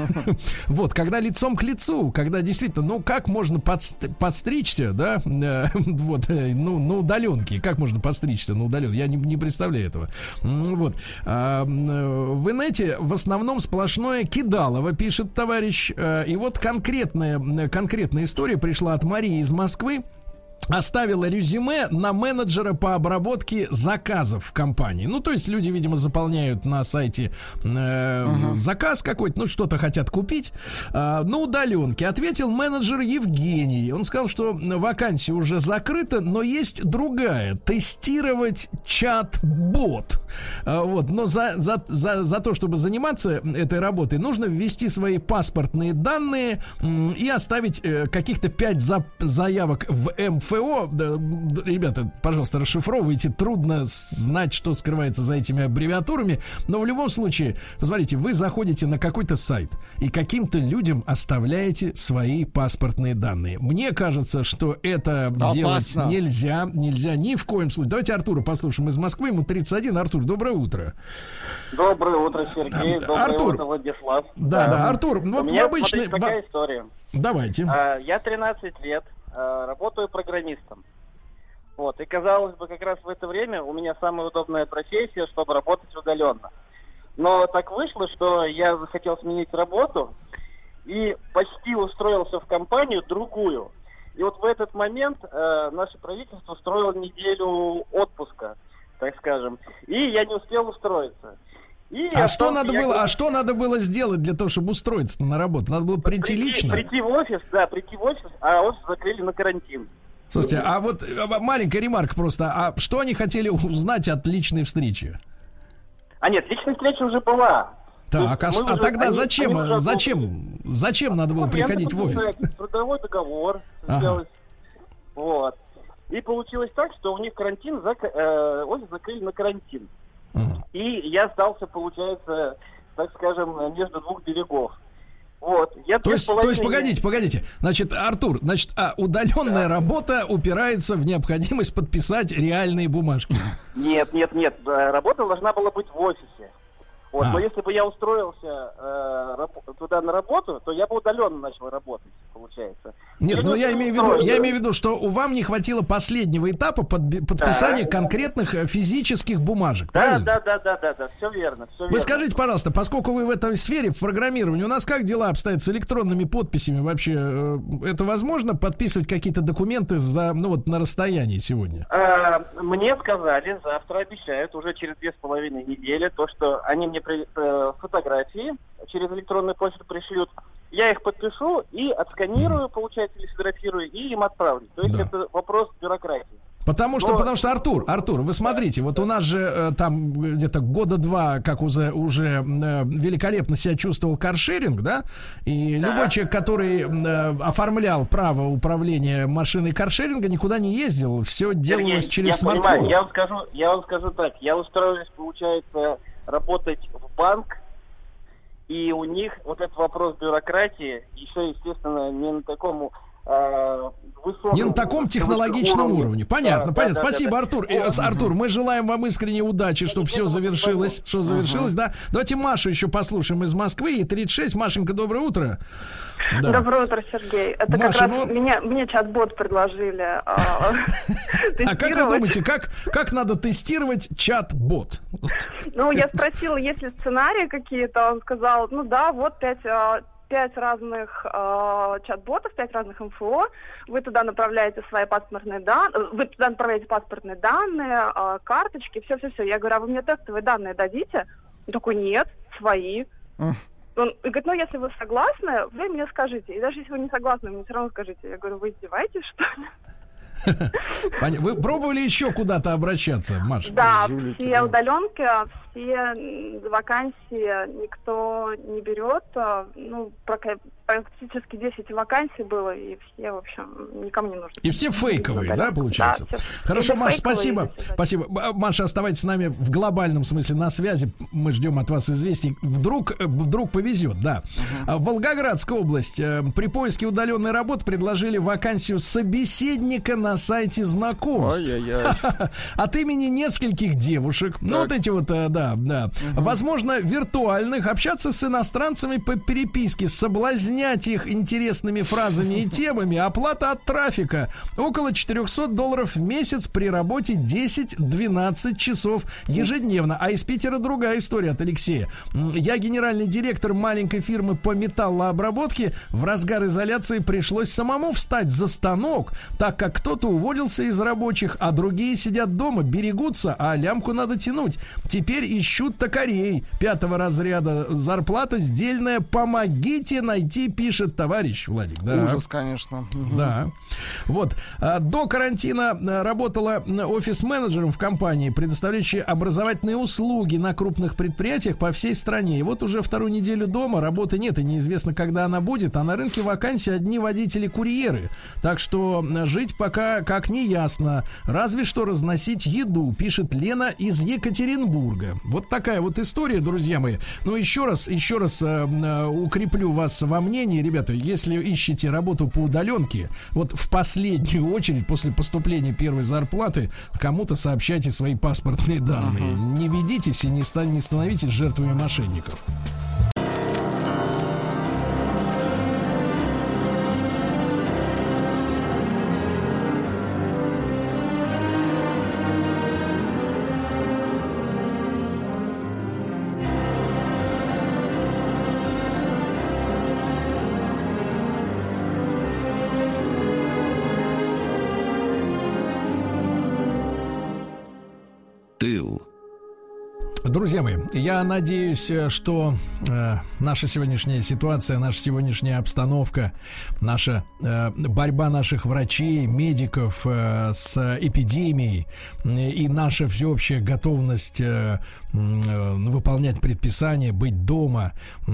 Вот, когда лицом к лицу, когда действительно, ну, как можно подстричься, да, вот, ну, на удаленке, как можно подстричься на удаленке, я не, не представляю этого. Вот. А, в инете в основном сплошное кидалово, пишет товарищ, и вот конкретная, конкретная история пришла от Марии из Москвы. Оставила резюме на менеджера по обработке заказов в компании. Ну, то есть люди, видимо, заполняют на сайте э, uh-huh. заказ какой-то, ну, что-то хотят купить. Э, на удаленке ответил менеджер Евгений. Он сказал, что вакансия уже закрыта, но есть другая. Тестировать чат-бот. Э, вот. Но за, за, за, за то, чтобы заниматься этой работой, нужно ввести свои паспортные данные э, и оставить э, каких-то пять за, заявок в эм эф о. Ребята, пожалуйста, расшифровывайте. Трудно знать, что скрывается за этими аббревиатурами. Но в любом случае, посмотрите, вы заходите на какой-то сайт и каким-то людям оставляете свои паспортные данные. Мне кажется, что это Опасно. делать нельзя. Нельзя ни в коем случае. Давайте Артура послушаем из Москвы. Ему тридцать один. Артур, доброе утро. Доброе утро, Сергей. Доброе Артур. утро, Владислав. Да, да, Артур. У вот меня, обычный... смотрите, какая история. Давайте. Я тринадцать лет. Работаю программистом. Вот. И казалось бы, как раз в это время у меня самая удобная профессия, чтобы работать удаленно. Но так вышло, что я захотел сменить работу и почти устроился в компанию другую. И вот в этот момент э, наше правительство устроило неделю отпуска, так скажем. И я не успел устроиться. И а что надо я... было, а что надо было сделать для того, чтобы устроиться на работу? Надо было прийти, прийти лично? Прийти в офис, да, прийти в офис, а офис закрыли на карантин. Слушайте, а вот маленькая ремарка просто, а что они хотели узнать от личной встречи? А нет, личная встреча уже была. Так, а, а уже, тогда они, зачем, они зачем, зачем надо было приходить в офис? Трудовой договор ага. сделать. Вот. И получилось так, что у них карантин, зак... э, офис закрыли на карантин. И я остался, получается, так скажем, между двух берегов. Вот. Я то, есть, половиной... то есть, погодите, погодите. Значит, Артур, значит, а удаленная да. работа упирается в необходимость подписать реальные бумажки. Нет, нет, нет. Работа должна была быть в офисе. Вот. А. Но если бы я устроился э, раб- туда на работу, то я бы удаленно начал работать, получается. Нет, но я имею в виду, я имею в виду, что у вам не хватило последнего этапа под, подписания да. конкретных физических бумажек. Да, правильно? да, да, да, да, да, все верно, все Вы верно. скажите, пожалуйста, поскольку вы в этой сфере, в программировании, у нас как дела обстоят с электронными подписями вообще? Это возможно подписывать какие-то документы за, ну вот на расстоянии сегодня? А, мне сказали, завтра обещают, уже через две с половиной недели, то, что они мне при, э, фотографии через электронную почту пришлют. Я их подпишу и отсканирую, получается, или сфотографирую, и им отправлю. То есть да. это вопрос бюрократии. Потому что, Но... потому что, Артур, Артур, вы смотрите, вот у нас же э, там где-то года два, как уже, уже э, великолепно себя чувствовал каршеринг, да? И да. любой человек, который э, оформлял право управления машиной каршеринга, никуда не ездил, все делалось Сергей, через я смартфон. Понимаю, я вам скажу, я вам скажу так, я устроилась, получается, работать в банк, и у них вот этот вопрос бюрократии еще, естественно, не на таком э, высоком... Не на таком технологичном уровне. уровне. Понятно, да, понятно. Да, Спасибо, да, да. Артур. Э, Артур, мы желаем вам искренней удачи, чтобы все завершилось. Что завершилось, uh-huh. да? Давайте Машу еще послушаем из Москвы. Ей тридцать шесть. Машенька, доброе утро. Да. Доброе утро, Сергей. Это Маша, как раз ну... меня, мне чат-бот предложили А как вы думаете, как, как надо тестировать чат-бот? Ну, я спросила, есть ли сценарии какие-то. Он сказал, ну да, вот пять пять разных э, чат-ботов, пять разных эм эф о. Вы туда направляете свои паспортные данные, вы туда направляете паспортные данные, э, карточки, все-все-все. Я говорю, а вы мне тестовые данные дадите? Он такой, нет, свои. Он говорит, ну, если вы согласны, вы мне скажите. И даже если вы не согласны, вы мне все равно скажите. Я говорю, вы издеваетесь, что ли? Вы пробовали еще куда-то обращаться, Маша? Да, все удаленки, все вакансии никто не берет. Ну, практически десять вакансий было, и все, в общем, никому не нужны. И все фейковые, да, получается? Да, все. Хорошо, Маша, спасибо. Спасибо. Маша, оставайтесь с нами в глобальном смысле на связи. Мы ждем от вас известий. Вдруг, вдруг повезет, да. Uh-huh. Волгоградская область. При поиске удаленной работы предложили вакансию собеседника на сайте знакомств. От имени нескольких девушек. Так. Ну, вот эти вот, да, да. Uh-huh. Возможно, виртуальных. Общаться с иностранцами по переписке, соблазнять их интересными фразами и темами. Оплата от трафика около четыреста долларов в месяц при работе десять-двенадцать часов ежедневно. А из Питера другая история от Алексея. Я генеральный директор маленькой фирмы по металлообработке. В разгар изоляции пришлось самому встать за станок, так как кто-то уволился из рабочих, а другие сидят дома, берегутся, а лямку надо тянуть. Теперь ищут токарей пятого разряда. Зарплата сдельная. Помогите найти, пишет товарищ Владик. Да. Ужас, конечно. Да. Вот. До карантина работала офис-менеджером в компании, предоставляющей образовательные услуги на крупных предприятиях по всей стране. И вот уже вторую неделю дома, работы нет, и неизвестно, когда она будет. А на рынке вакансий одни водители-курьеры. Так что жить пока как не ясно. Разве что разносить еду, пишет Лена из Екатеринбурга. Вот такая вот история, друзья мои. Ну, еще раз, еще раз э, укреплю вас во мнении, ребята, если ищете работу по удаленке, вот в последнюю очередь после поступления первой зарплаты кому-то сообщайте свои паспортные данные. Uh-huh. Не ведитесь и не, ста- не становитесь жертвами мошенников. Друзья мои, я надеюсь, что э, наша сегодняшняя ситуация, наша сегодняшняя обстановка, наша э, борьба наших врачей, медиков э, с эпидемией и наша всеобщая готовность э, э, выполнять предписания, быть дома, э,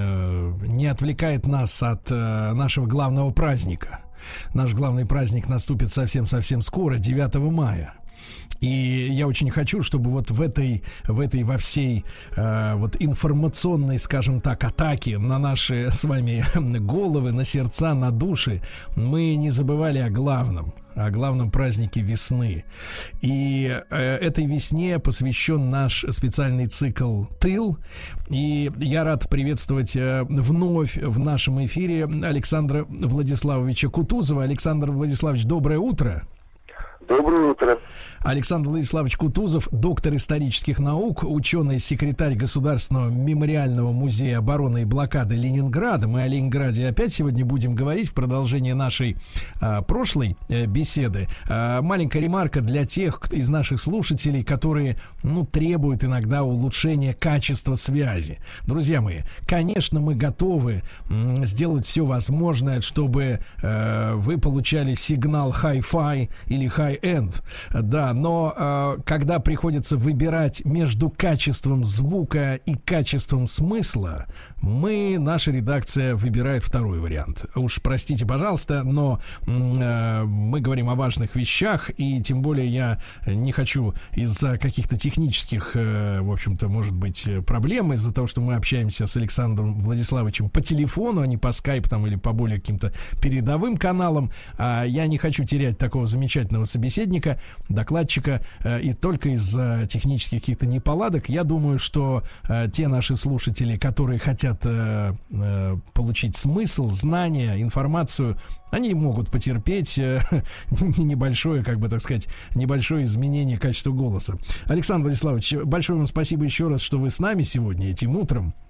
не отвлекает нас от э, нашего главного праздника. Наш главный праздник наступит совсем-совсем скоро, девятого мая. И я очень хочу, чтобы вот в этой, в этой во всей э, вот информационной, скажем так, атаке на наши с вами головы, на сердца, на души, мы не забывали о главном, о главном празднике весны. И э, этой весне посвящен наш специальный цикл «Тыл». И я рад приветствовать э, вновь в нашем эфире Александра Владиславовича Кутузова. Александр Владиславович, доброе утро. Доброе утро. Александр Владиславович Кутузов, доктор исторических наук, ученый, секретарь Государственного мемориального музея обороны и блокады Ленинграда. Мы о Ленинграде опять сегодня будем говорить в продолжении нашей а, прошлой а, беседы. А, маленькая ремарка для тех из наших слушателей, которые, ну, требуют иногда улучшения качества связи. Друзья мои, конечно, мы готовы м, сделать все возможное, чтобы э, вы получали сигнал Hi-Fi или High-End. Да, но э, когда приходится выбирать между качеством звука и качеством смысла, мы, наша редакция выбирает второй вариант. Уж простите, пожалуйста, но э, мы говорим о важных вещах, и тем более я не хочу из-за каких-то технических, э, в общем-то, может быть, проблем, из-за того, что мы общаемся с Александром Владиславовичем по телефону, а не по скайпу там, или по более каким-то передовым каналам, а я не хочу терять такого замечательного собеседника, докладчика, и только из-за технических каких-то неполадок. Я думаю, что э, те наши слушатели, которые хотят э, э, получить смысл, знания, информацию, они могут потерпеть э, небольшое, как бы так сказать, небольшое изменение качества голоса. Александр Владиславович, большое вам спасибо еще раз, что вы с нами сегодня этим утром.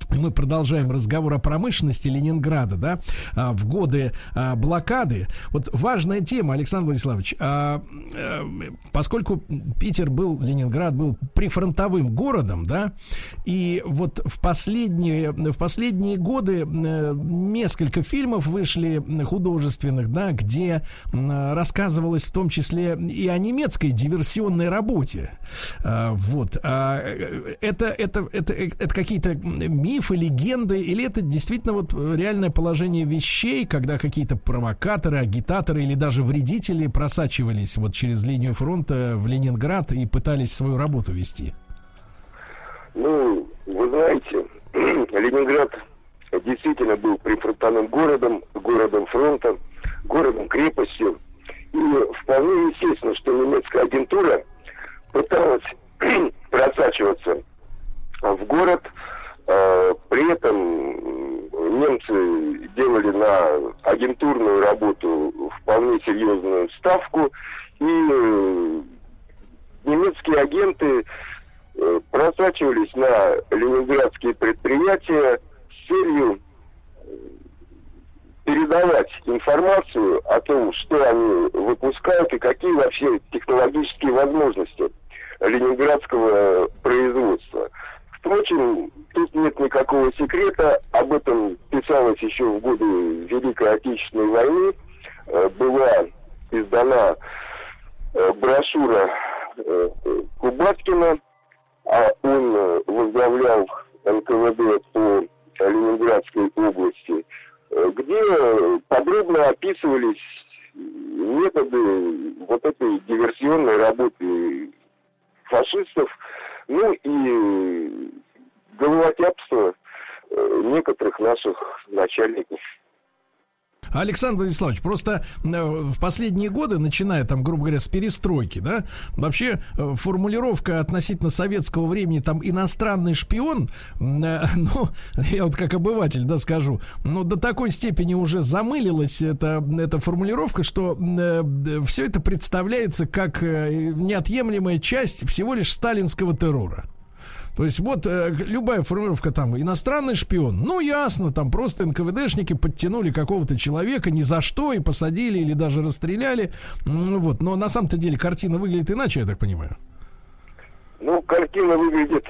Мы продолжаем разговор о промышленности Ленинграда, да, а, в годы а, блокады. Вот важная тема, Александр Владиславович, а, а, поскольку Питер был, Ленинград был прифронтовым городом, да, и вот в последние, в последние годы несколько фильмов вышли художественных, да, где рассказывалось в том числе и о немецкой диверсионной работе. А, вот. А, это, это, это, это какие-то мифы, легенды, или это действительно вот реальное положение вещей, когда какие-то провокаторы, агитаторы или даже вредители просачивались вот через линию фронта в Ленинград и пытались свою работу вести? Ну, вы знаете, Ленинград действительно был прифронтовым городом, городом фронта, городом-крепостью. И вполне естественно, что немецкая агентура пыталась просачиваться в город. При этом немцы делали на агентурную работу вполне серьезную ставку, и немецкие агенты просачивались на ленинградские предприятия с целью передавать информацию о том, что они выпускают и какие вообще технологические возможности ленинградского производства. Впрочем, тут нет никакого секрета, об этом писалось еще в годы Великой Отечественной войны. Была издана брошюра Кубаткина, а он возглавлял эн ка вэ дэ по Ленинградской области, где подробно описывались методы вот этой диверсионной работы фашистов, ну и головотяпство некоторых наших начальников. Александр Владиславович, просто в последние годы, начиная там, грубо говоря, с перестройки, да, вообще формулировка относительно советского времени, там, иностранный шпион, ну, я вот как обыватель, да, скажу, ну, до такой степени уже замылилась эта, эта формулировка, что все это представляется как неотъемлемая часть всего лишь сталинского террора. То есть вот э, любая формулировка там иностранный шпион, ну ясно, там просто эн ка вэ дэшники подтянули какого-то человека ни за что и посадили или даже расстреляли, ну, вот. Но на самом-то деле картина выглядит иначе, я так понимаю. Ну, картина выглядит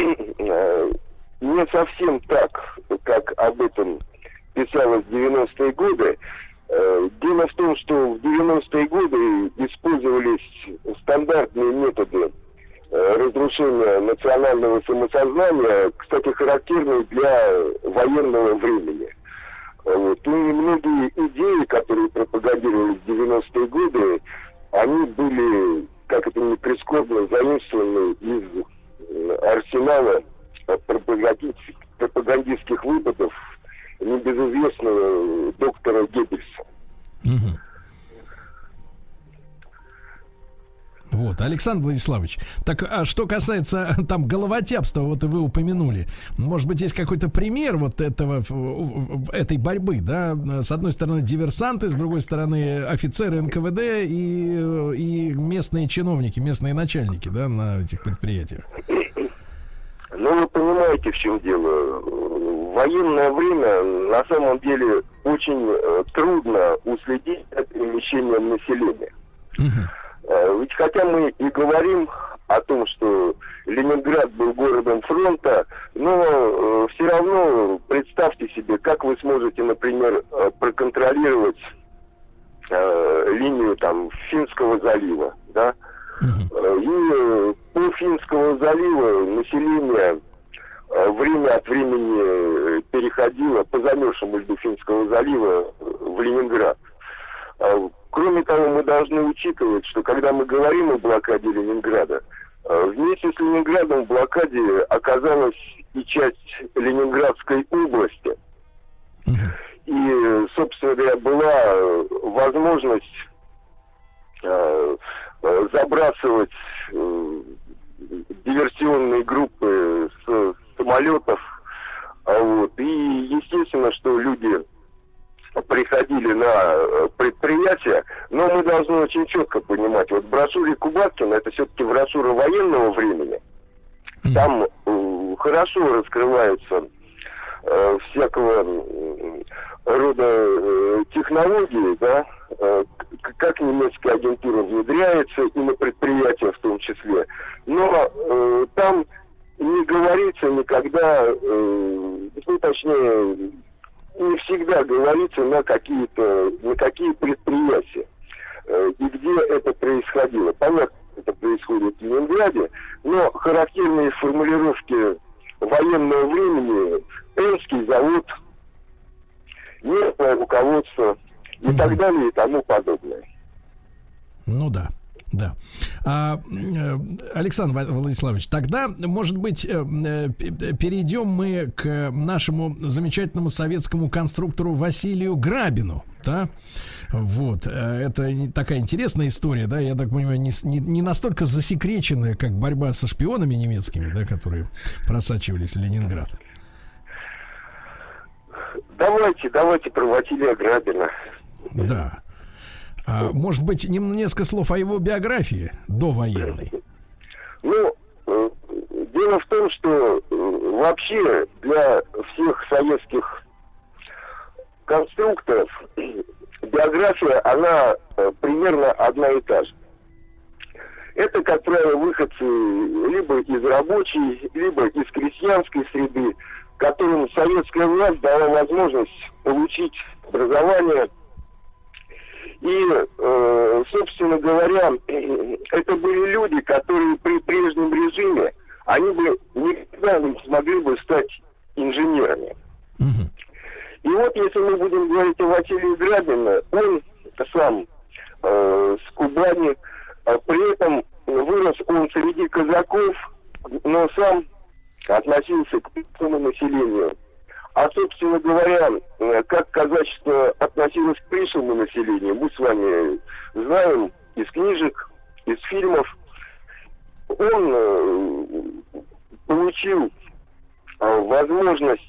не совсем так, как об этом писалось в девяностые годы. Дело в том, что в девяностые годы использовались стандартные методы разрушения национального самосознания, кстати, характерные для военного времени. Вот. И многие идеи, которые пропагандировались в девяностые годы, они были, как это ни прискорбно, заимствованы из арсенала пропагандистских, пропагандистских выпадов небезызвестного доктора Геббельса. Угу. Вот, Александр Владиславович, так а что касается там головотяпства, вот вы упомянули, может быть, есть какой-то пример вот этого, этой борьбы, да, с одной стороны диверсанты, с другой стороны офицеры эн ка вэ дэ и, и местные чиновники, местные начальники, да, на этих предприятиях? Ну, вы понимаете, в чем дело. В военное время на самом деле очень трудно уследить за перемещением населения. Uh-huh. Ведь хотя мы и говорим о том, что Ленинград был городом фронта, но э, все равно представьте себе, как вы сможете, например, э, проконтролировать э, линию там Финского залива, да? Uh-huh. И э, по Финского залива население э, время от времени переходило по замерзшему льду Финского залива в Ленинград. Кроме того, мы должны учитывать, что когда мы говорим о блокаде Ленинграда, вместе с Ленинградом в блокаде оказалась и часть Ленинградской области. И, собственно говоря, была возможность э, забрасывать э, диверсионные группы с самолетов. Вот. И естественно, что люди приходили на предприятия, но мы должны очень четко понимать, вот в брошюре Кубаткина, это все-таки брошюра военного времени, там э, хорошо раскрываются э, всякого рода э, технологий, да, э, как немецкая агентура внедряется и на предприятия в том числе. Но э, там не говорится никогда, э, ну, точнее, не всегда говорится на какие-то, на какие предприятия э, и где это происходило. Понятно, это происходит в Ленинграде, но характерные формулировки военного времени: Энский завод, местное руководство и mm-hmm. так далее и тому подобное. Ну да. Да. А, Александр Владиславович, тогда, может быть, перейдем мы к нашему замечательному советскому конструктору Василию Грабину, да? Вот. Это такая интересная история, да, я так понимаю, не, не, не настолько засекреченная, как борьба со шпионами немецкими, да, которые просачивались в Ленинград. Давайте, давайте про Василия Грабина. Да. А, может быть, несколько слов о его биографии довоенной? Ну, э, дело в том, что э, вообще для всех советских конструкторов биография, она э, примерно одна и та же. Это, как правило, выходцы либо из рабочей, либо из крестьянской среды, которым советская власть дала возможность получить образование. И, э, собственно говоря, это были люди, которые при прежнем режиме, они бы никогда не смогли бы стать инженерами. Mm-hmm. И вот, если мы будем говорить о Василии Грабине, он сам э, с Кубани, а при этом вырос он среди казаков, но сам относился к простому населению. А, собственно говоря, как казачество относилось к пришлому населению, мы с вами знаем из книжек, из фильмов. Он э, получил э, возможность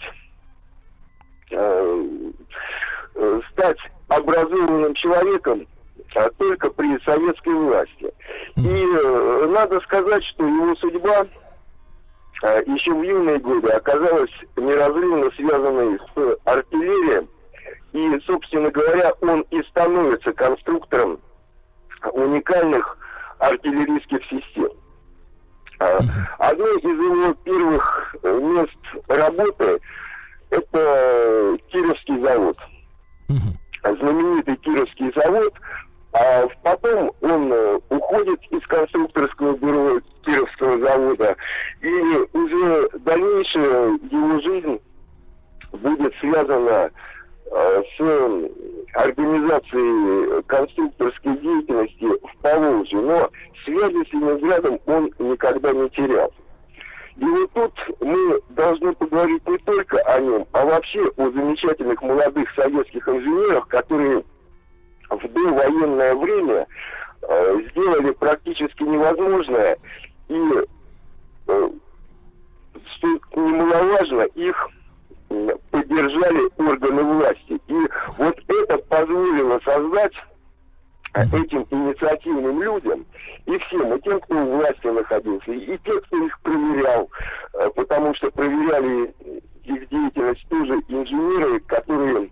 э, э, стать образованным человеком э, только при советской власти. И э, надо сказать, что его судьба еще в юные годы оказалась неразрывно связанной с артиллерией. И, собственно говоря, он и становится конструктором уникальных артиллерийских систем. Одно из его первых мест работы – это Кировский завод. Знаменитый Кировский завод. А потом он уходит из конструкторского бюро Кировского завода, и уже дальнейшая его жизнь будет связана э, с организацией конструкторской деятельности в Поволжье, но связи с Ленинградом он никогда не терял. И вот тут мы должны поговорить не только о нем, а вообще о замечательных молодых советских инженерах, которые в довоенное время э, сделали практически невозможное, и, э, что немаловажно, их э, поддержали органы власти. И вот это позволило создать э, этим инициативным людям, и всем, и тем, кто у власти находился, и те, кто их проверял, э, потому что проверяли их деятельность тоже инженеры, которые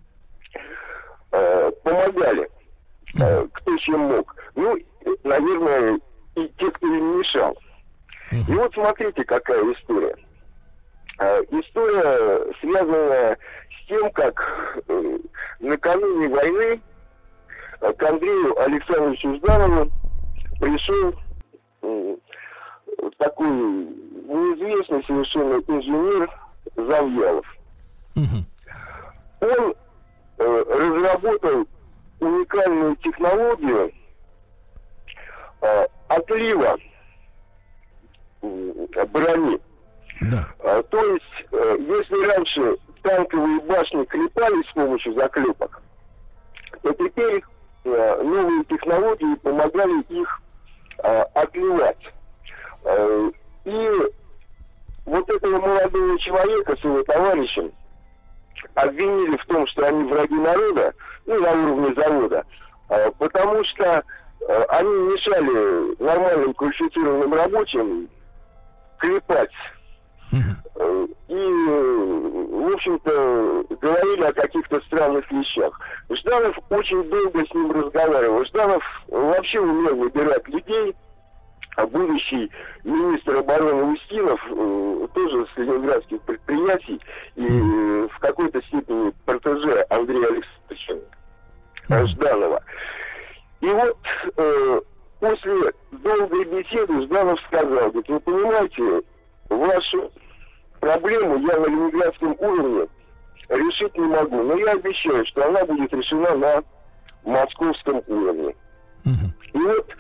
помогали, кто чем мог. Ну, наверное, и те, кто им мешал. И вот смотрите, какая история. История, связанная с тем, как накануне войны к Андрею Александровичу Жданову пришел такой неизвестный совершенно инженер Завьялов. Он разработал уникальную технологию э, отлива э, брони. Да. Э, то есть, э, если раньше танковые башни клепались с помощью заклепок, то теперь э, новые технологии помогали их э, отливать. Э, и вот этого молодого человека с его товарищем обвинили в том, что они враги народа, ну, на уровне завода, потому что они мешали нормальным квалифицированным рабочим клепать Uh-huh. И, в общем-то, говорили о каких-то странных вещах. Жданов очень долго с ним разговаривал. Жданов вообще умел выбирать людей. А будущий министр обороны Устинов, э, тоже с ленинградских предприятий, и э, в какой-то степени протеже Андрея Александровича mm. Жданова. И вот э, после долгой беседы Жданов сказал, говорит, вы понимаете, вашу проблему я на ленинградском уровне решить не могу, но я обещаю, что она будет решена на московском уровне. Mm-hmm. И вот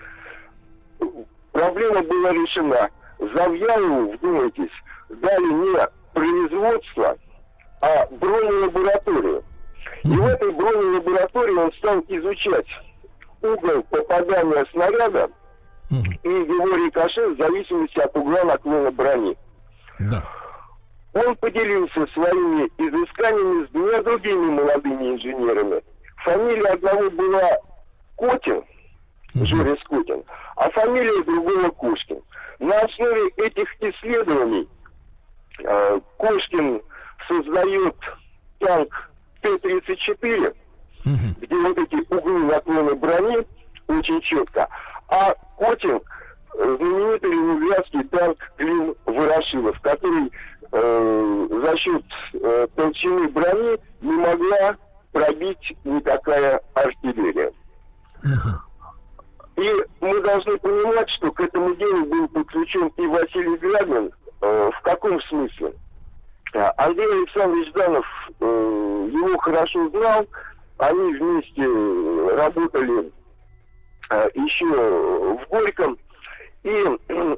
проблема была решена. Завьялову, вдумайтесь, дали не производство, а бронелабораторию. И в этой бронелаборатории он стал изучать угол попадания снаряда и его рикошет в зависимости от угла наклона брони. Да. Он поделился своими изысканиями с двумя другими молодыми инженерами. Фамилия одного была Котин, Жорис Котин, а фамилия другого Кошкин. На основе этих исследований э, Кошкин создает танк Т тридцать четыре, uh-huh. где вот эти углы наклона брони очень четко, а Котин знаменитый ленинградский танк Клим Ворошилов, который э, за счет э, толщины брони не могла пробить никакая артиллерия. Uh-huh. И мы должны понимать, что к этому делу был подключен и Василий Градин. Э, в каком смысле? Андрей Александрович Жданов э, его хорошо знал. Они вместе работали э, еще в Горьком. И э,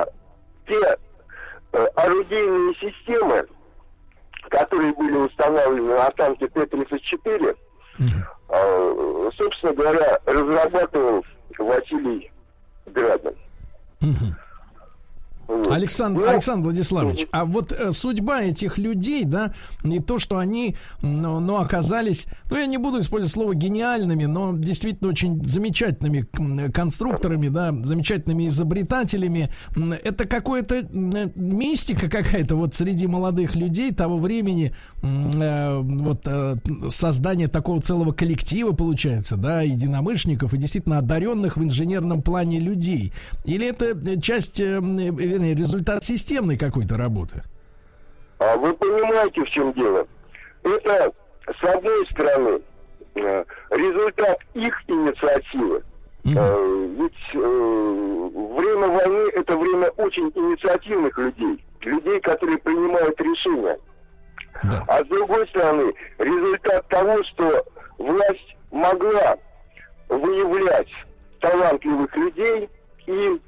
те э, орудийные системы, которые были установлены на танке Т тридцать четыре, э, собственно говоря, разрабатывал Василий Градин. Угу. Вот. Александр, ну, Александр Владиславович, угу. а вот э, судьба этих людей, да, не то, что они, ну, ну, оказались, ну, я не буду использовать слово гениальными, но действительно очень замечательными конструкторами, да, замечательными изобретателями. Это какая-то мистика какая-то вот среди молодых людей того времени, э, вот э, создание такого целого коллектива, получается, да, единомышленников и действительно одаренных в инженерном плане людей. Или это часть... Э, результат системной какой-то работы? А вы понимаете, в чем дело? Это, с одной стороны, результат их инициативы. Mm-hmm. Ведь э, время войны — это время очень инициативных людей. Людей, которые принимают решения. Да. А с другой стороны, результат того, что власть могла выявлять талантливых людей и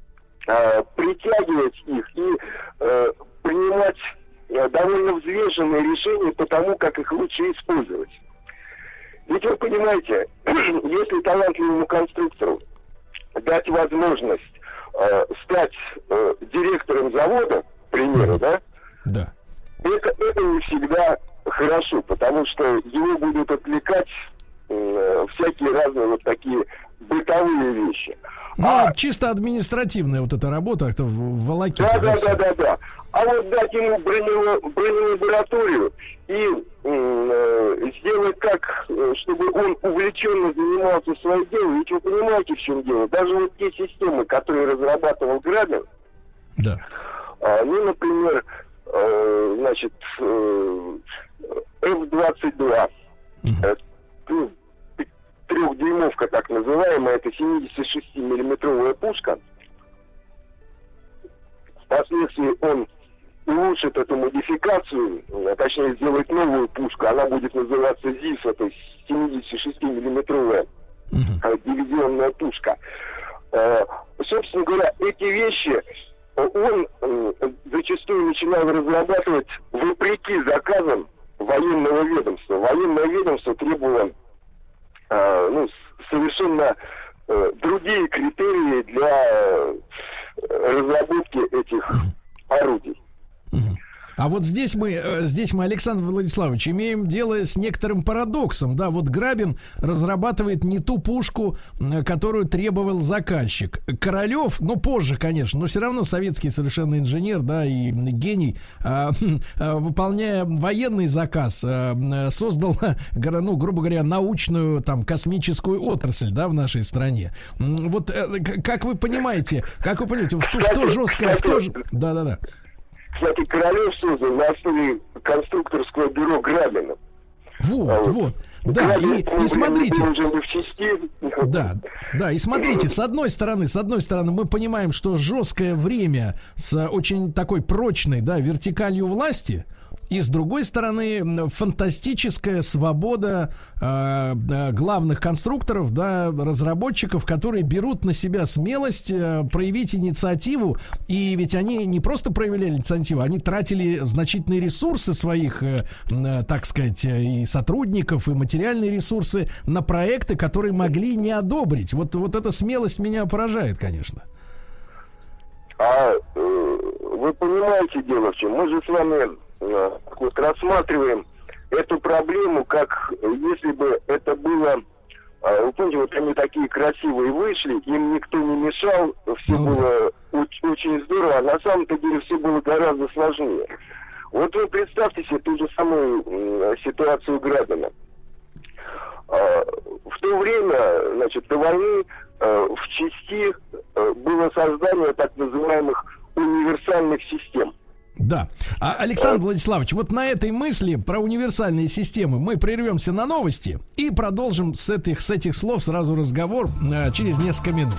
притягивать их и э, принимать э, довольно взвешенные решения по тому, как их лучше использовать. Ведь вы понимаете, если талантливому конструктору дать возможность э, стать э, директором завода, к примеру, да, да. Это, это не всегда хорошо, потому что его будут отвлекать э, всякие разные вот такие бытовые вещи. Ну, а, чисто административная вот эта работа, это в волоките. Да, да, да, да, да. А вот дать ему бронелабораторию и э, сделать так, чтобы он увлеченно занимался своим делом. Ведь вы понимаете, в чем дело? Даже вот те системы, которые разрабатывал Градин, да. э, ну, например, э, значит, э, Эф двадцать два, uh-huh. э, трехдюймовка, так называемая, это семидесятишестимиллиметровая пушка. Впоследствии он улучшит эту модификацию, а точнее сделает новую пушку, она будет называться ЗИС, это семидесятишестимиллиметровая uh-huh. дивизионная пушка. Э, собственно говоря, эти вещи он э, зачастую начинал разрабатывать вопреки заказам военного ведомства. Военное ведомство требовало э, ну, совершенно э, другие критерии для э, разработки этих орудий. А вот здесь мы, здесь мы, Александр Владиславович, имеем дело с некоторым парадоксом. Да, вот Грабин разрабатывает не ту пушку, которую требовал заказчик. Королев, ну позже, конечно, но все равно советский совершенно инженер, да, и гений, а, а, выполняя военный заказ, а, создал, ну, грубо говоря, научную там космическую отрасль, да, в нашей стране. Вот как вы понимаете, как вы понимаете, в то, в то жесткое, в то же... Да-да-да. Кстати, Королев создан на основе конструкторского бюро Грабина. Вот, а вот, вот. Да, и, и смотрите. Да, да, и смотрите, с одной стороны, с одной стороны, мы понимаем, что жесткое время с очень такой прочной, да, вертикалью власти. И с другой стороны, фантастическая свобода э, главных конструкторов, да, разработчиков, которые берут на себя смелость э, проявить инициативу. И ведь они не просто проявляли инициативу, они тратили значительные ресурсы своих, э, э, так сказать, и сотрудников, и материальные ресурсы на проекты, которые могли не одобрить. Вот, вот эта смелость меня поражает, конечно. А э, вы понимаете, дело в чем? Мы же с вами... вот рассматриваем эту проблему, как если бы это было, вы помните, вот они такие красивые вышли, им никто не мешал, все ну, было да. очень, очень здорово, а на самом-то деле все было гораздо сложнее. Вот вы представьте себе ту же самую ситуацию Грабина. В то время, значит, до войны в части было создание так называемых универсальных систем. Да. А, Александр Владиславович, вот на этой мысли про универсальные системы мы прервемся на новости и продолжим с этих, с этих слов сразу разговор а, через несколько минут.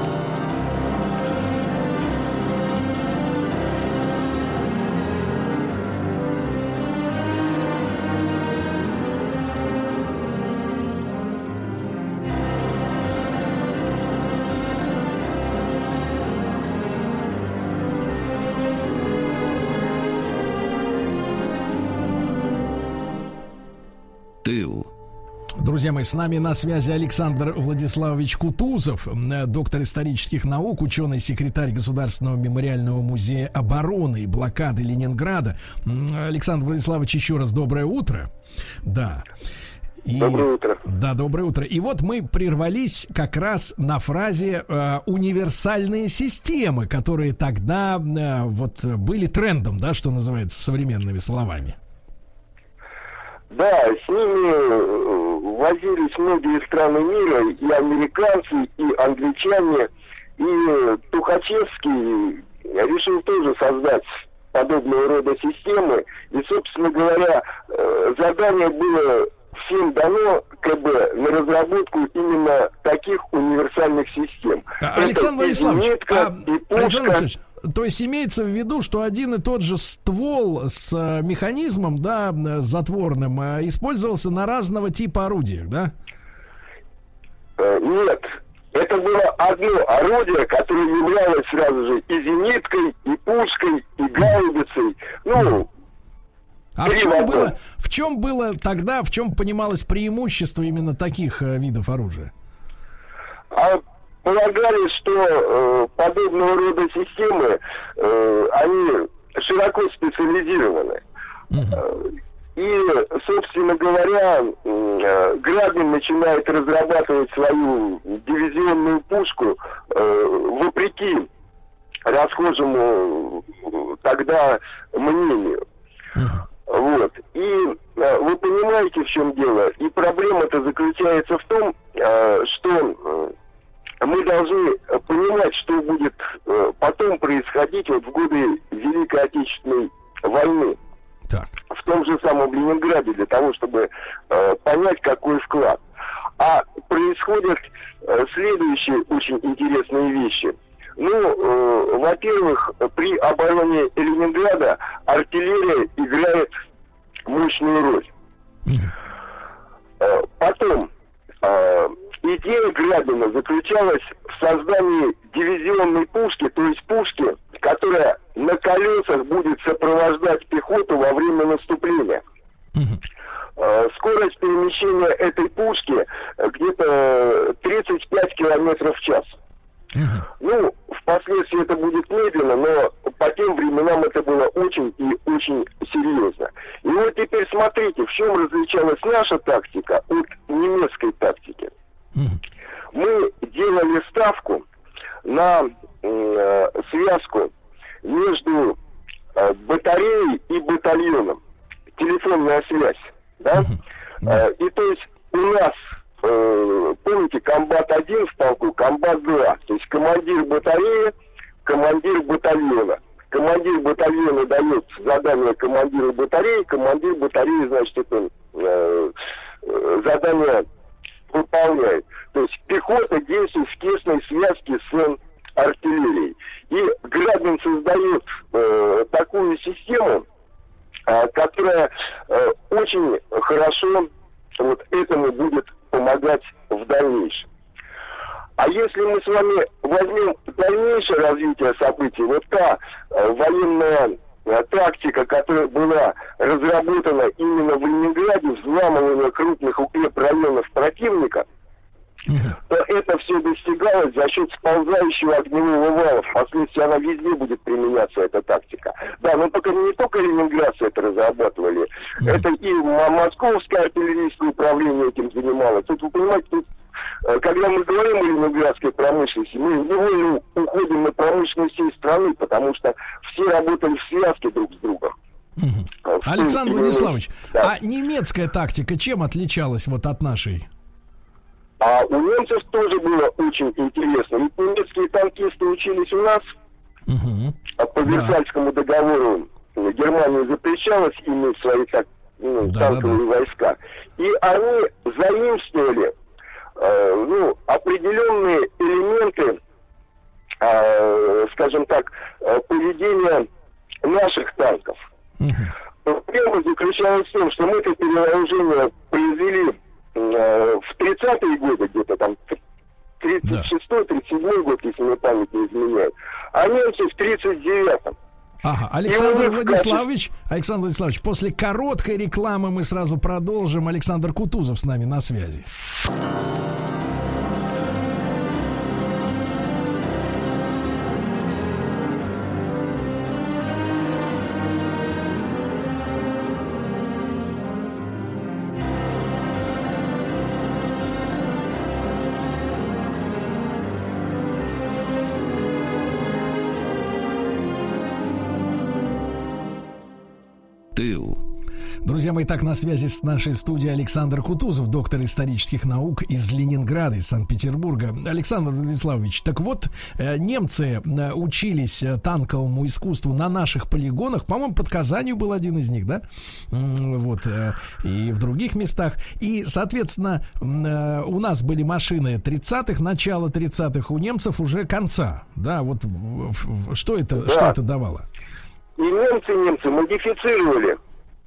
Друзья мои, с нами на связи Александр Владиславович Кутузов, доктор исторических наук, ученый, секретарь Государственного мемориального музея обороны и блокады Ленинграда. Александр Владиславович, еще раз доброе утро. Да. И, доброе утро. Да, доброе утро. И вот мы прервались как раз на фразе э, универсальные системы, которые тогда э, вот были трендом, да, что называется, современными словами. Да, с ними возились многие страны мира, и американцы, и англичане, и Тухачевский решил тоже создать подобного рода системы. И, собственно говоря, задание было всем дано КБ на разработку именно таких универсальных систем. Александр Владиславович, а, Александр Владиславович, то есть имеется в виду, что один и тот же ствол с механизмом, да, затворным, использовался на разного типа орудиях, да? Нет. Это было одно орудие, которое являлось сразу же и зениткой, и пушкой, и гаубицей. Ну, а в чем, было, в чем было тогда, в чем понималось преимущество именно таких э, видов оружия? А полагали, что э, подобного рода системы, э, они широко специализированы. Uh-huh. И, собственно говоря, э, Грабин начинает разрабатывать свою дивизионную пушку э, вопреки расхожему тогда мнению. Uh-huh. Вот. И э, вы понимаете, в чем дело. И проблема-то заключается в том, э, что э, мы должны понимать, что будет э, потом происходить вот в годы Великой Отечественной войны. Так. В том же самом Ленинграде, для того, чтобы э, понять, какой вклад. А происходят э, следующие очень интересные вещи. Ну, э, во-первых, при обороне Ленинграда артиллерия играет мощную роль. Э, потом, э, идея Грабина заключалась в создании дивизионной пушки, то есть пушки, которая на колесах будет сопровождать пехоту во время наступления. Э, скорость перемещения этой пушки где-то тридцать пять километров в час. Ну, впоследствии это будет медленно, но по тем временам это было очень и очень очень серьезно. И вот теперь смотрите, в чем различалась наша тактика от немецкой тактики. Мы делали ставку на э, связку между э, батареей и батальоном. Телефонная связь. Да? Э, и то есть у нас, э, помните, комбат один в полку, комбат два. То есть командир батареи, командир батальона. Командир батальона дает задание командиру батареи, командир батареи, значит, это э, э, задание выполняет. То есть пехота действует в тесной связке с артиллерией. И Грабин создает э, такую систему, э, которая э, очень хорошо вот этому будет помогать в дальнейшем. А если мы с вами возьмем дальнейшее развитие событий, вот та э, военная э, тактика, которая была разработана именно в Ленинграде, взламывание крупных укрепрайонов противника, то это все достигалось за счет сползающего огневого вала. Впоследствии она везде будет применяться, эта тактика. Да, но только не только ленинградцы это разрабатывали, это и московское артиллерийское управление этим занималось. Тут, вы понимаете, тут, когда мы говорим о ленинградской промышленности, мы невольно уходим на промышленность всей страны, потому что все работали в связке друг с другом. Угу. Александр Владиславович, да. А немецкая тактика чем отличалась вот от нашей? А у немцев тоже было очень интересно. Ведь немецкие танкисты учились у нас. Угу. А по Версальскому да. договору Германия запрещалась иметь свои так, ну, да, танковые да, да. войска. И они заимствовали э, ну, определенные элементы, э, скажем так, э, поведения наших танков. Угу. Проблема заключалась в том, что мы это перевооружение произвели в тридцатые годы, где-то там тридцать шестой тридцать седьмой год, если мне память не изменяет, а немцы в тридцать девятом. Ага, Александр Владиславович, Александр Владиславович, после короткой рекламы мы сразу продолжим. Александр Кутузов с нами на связи. Друзья мои, так на связи с нашей студией Александр Кутузов, доктор исторических наук из Ленинграда, из Санкт-Петербурга. Александр Владиславович, так вот, немцы учились танковому искусству на наших полигонах, по-моему, под Казанью был один из них, да? Вот, и в других местах. И, соответственно, у нас были машины тридцатых, начало тридцатых, у немцев уже конца, да? Вот что это, да. что это давало? И немцы, немцы модифицировали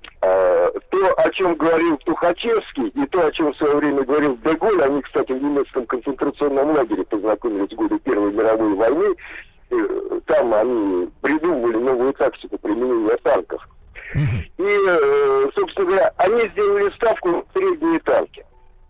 то, о чем говорил Тухачевский, и то, о чем в свое время говорил де Голль. Они, кстати, в немецком концентрационном лагере познакомились в годы Первой мировой войны. Там они придумывали новую тактику применения танков. И, собственно говоря, они сделали ставку на средние танки.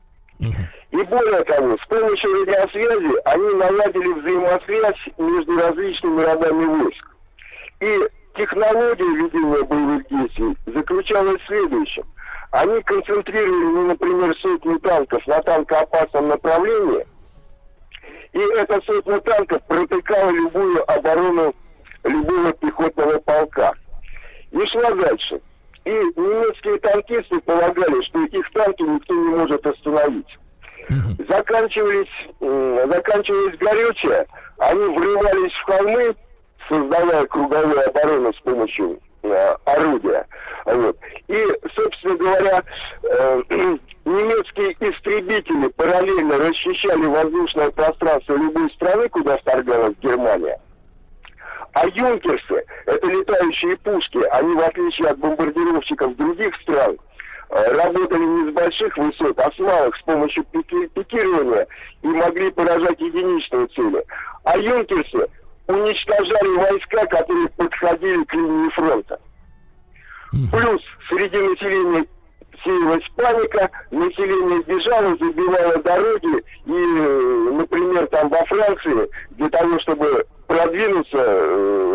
И более того, с помощью радиосвязи они наладили взаимосвязь между различными родами войск. И технология ведения боевых действий заключалась в следующем. Они концентрировали, ну, например, сотню танков на танкоопасном направлении, и эта сотня танков протыкала любую оборону любого пехотного полка. И шла дальше. И немецкие танкисты полагали, что их танки никто не может остановить. Заканчивались, э, заканчивалось горючее, они врывались в холмы, создавая круговую оборону с помощью э, орудия. Вот. И, собственно говоря, э, немецкие истребители параллельно расчищали воздушное пространство любой страны, куда вторгалась Германия. А юнкерсы, это летающие пушки, они, в отличие от бомбардировщиков других стран, э, работали не с больших высот, а с малых, с помощью пики- пикирования, и могли поражать единичные цели. А юнкерсы уничтожали войска, которые подходили к линии фронта. Плюс среди населения сеялась паника, население бежало, забивало дороги, и, например, там во Франции, для того, чтобы продвинуться,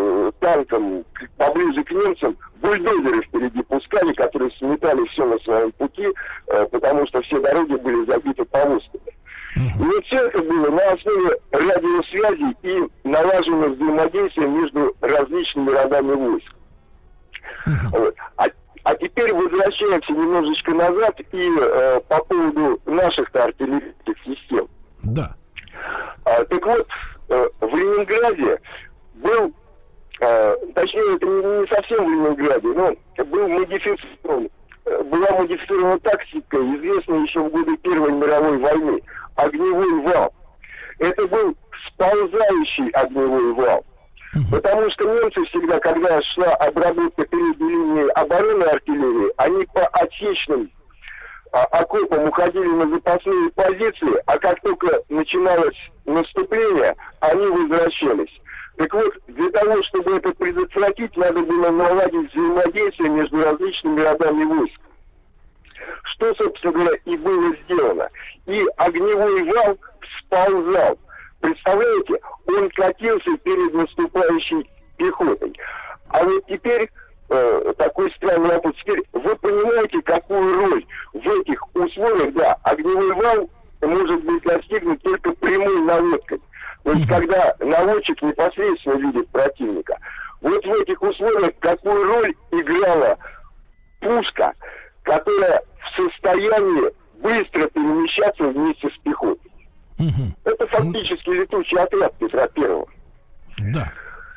танкам поближе к немцам, бульдозеры впереди пускали, которые сметали все на своем пути, э, потому что все дороги были забиты повозками. И вот все это было на основе радиосвязи и налаженного взаимодействия между различными родами войск. Вот. А, а теперь возвращаемся немножечко назад и э, по поводу наших-то артиллерийских систем. Да. А, так вот, э, в Ленинграде был, э, точнее, это не, не совсем в Ленинграде, но был модифицирован, э, была модифицирована тактика, известная еще в годы Первой мировой войны, огневой вал. Это был сползающий огневой вал. Потому что немцы всегда, когда шла обработка передней линии обороны артиллерии, они по отсечным а, окопам уходили на запасные позиции, а как только начиналось наступление, они возвращались. Так вот, для того, чтобы это предотвратить, надо было наладить взаимодействие между различными родами войск. Что, собственно говоря, и было сделано. И огневой вал сползал. Представляете, он катился перед наступающей пехотой. А вот теперь э, такой странный вопрос. Теперь вы понимаете, какую роль в этих условиях, да, огневой вал может быть достигнут только прямой наводкой. То есть, когда наводчик непосредственно видит противника. Вот в этих условиях какую роль играла пушка, которая в состоянии быстро перемещаться вместе с пехотой. Угу. Это фактически летучий отряд Петра Первого. Да.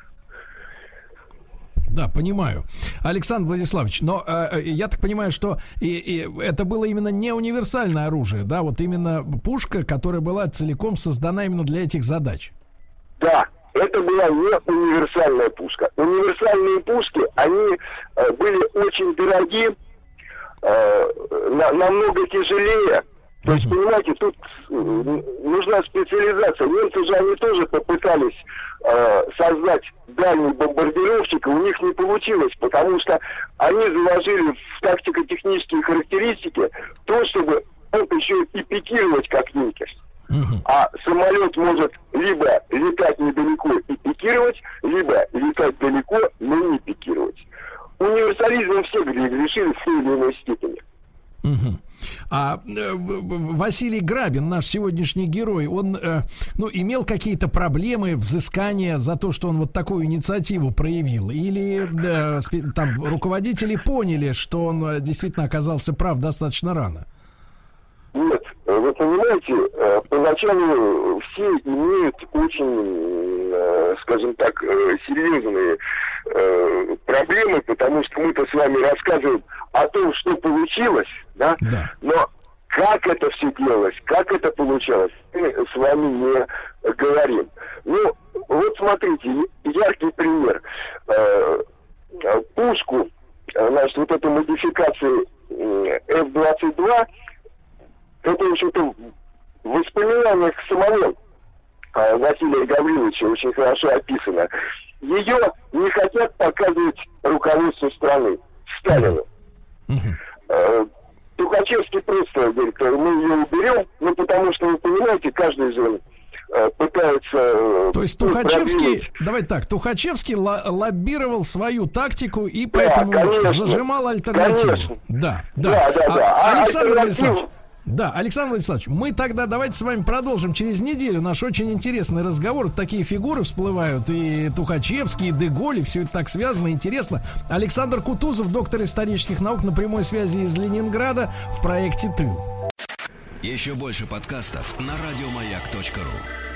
Да, понимаю. Александр Владиславович, но э, я так понимаю, что и, и это было именно не универсальное оружие, да, вот именно пушка, которая была целиком создана именно для этих задач. Да, это была не универсальная пушка. Универсальные пушки, они э, были очень дорогие, э, на, намного тяжелее. То есть, понимаете, тут нужна специализация. Немцы же, они тоже попытались э, создать дальний бомбардировщик, и у них не получилось, потому что они заложили в тактико-технические характеристики то, чтобы он еще и пикировать как юнкерс. Uh-huh. А самолет может либо летать недалеко и пикировать, либо летать далеко, но не пикировать. Универсализмом все грешили в той или иной степени. Uh-huh. А э, Василий Грабин, наш сегодняшний герой, он э, ну, имел какие-то проблемы, взыскания за то, что он вот такую инициативу проявил? Или э, спи- там руководители поняли, что он э, действительно оказался прав достаточно рано? Нет, вы понимаете, э, поначалу все имеют очень, э, скажем так, э, серьезные э, проблемы, потому что мы-то с вами рассказываем о том, что получилось, да? Да. Но как это все делалось, как это получалось, мы с вами не говорим. Ну, вот смотрите, яркий пример. Э, пушку, значит, вот эту модификацию эф двадцать два, это, в общем-то, в воспоминаниях самого Василия Гавриловича очень хорошо описано. Ее не хотят показывать руководству страны, Сталину. Uh-huh. Тухачевский просто говорит, мы ее уберем, ну, потому что, вы понимаете, каждый же пытается... То есть Тухачевский, давайте так, Тухачевский лоббировал свою тактику и поэтому да, зажимал альтернативу. Конечно. Да, да. да, да, да. А, Александр Владиславович, да, Александр Владиславович, мы тогда давайте с вами продолжим через неделю наш очень интересный разговор. Такие фигуры всплывают, и Тухачевский, и Де-Голь, и все это так связано, интересно. Александр Кутузов, доктор исторических наук, на прямой связи из Ленинграда в проекте «Тыл». Еще больше подкастов на радиомаяк точка ру.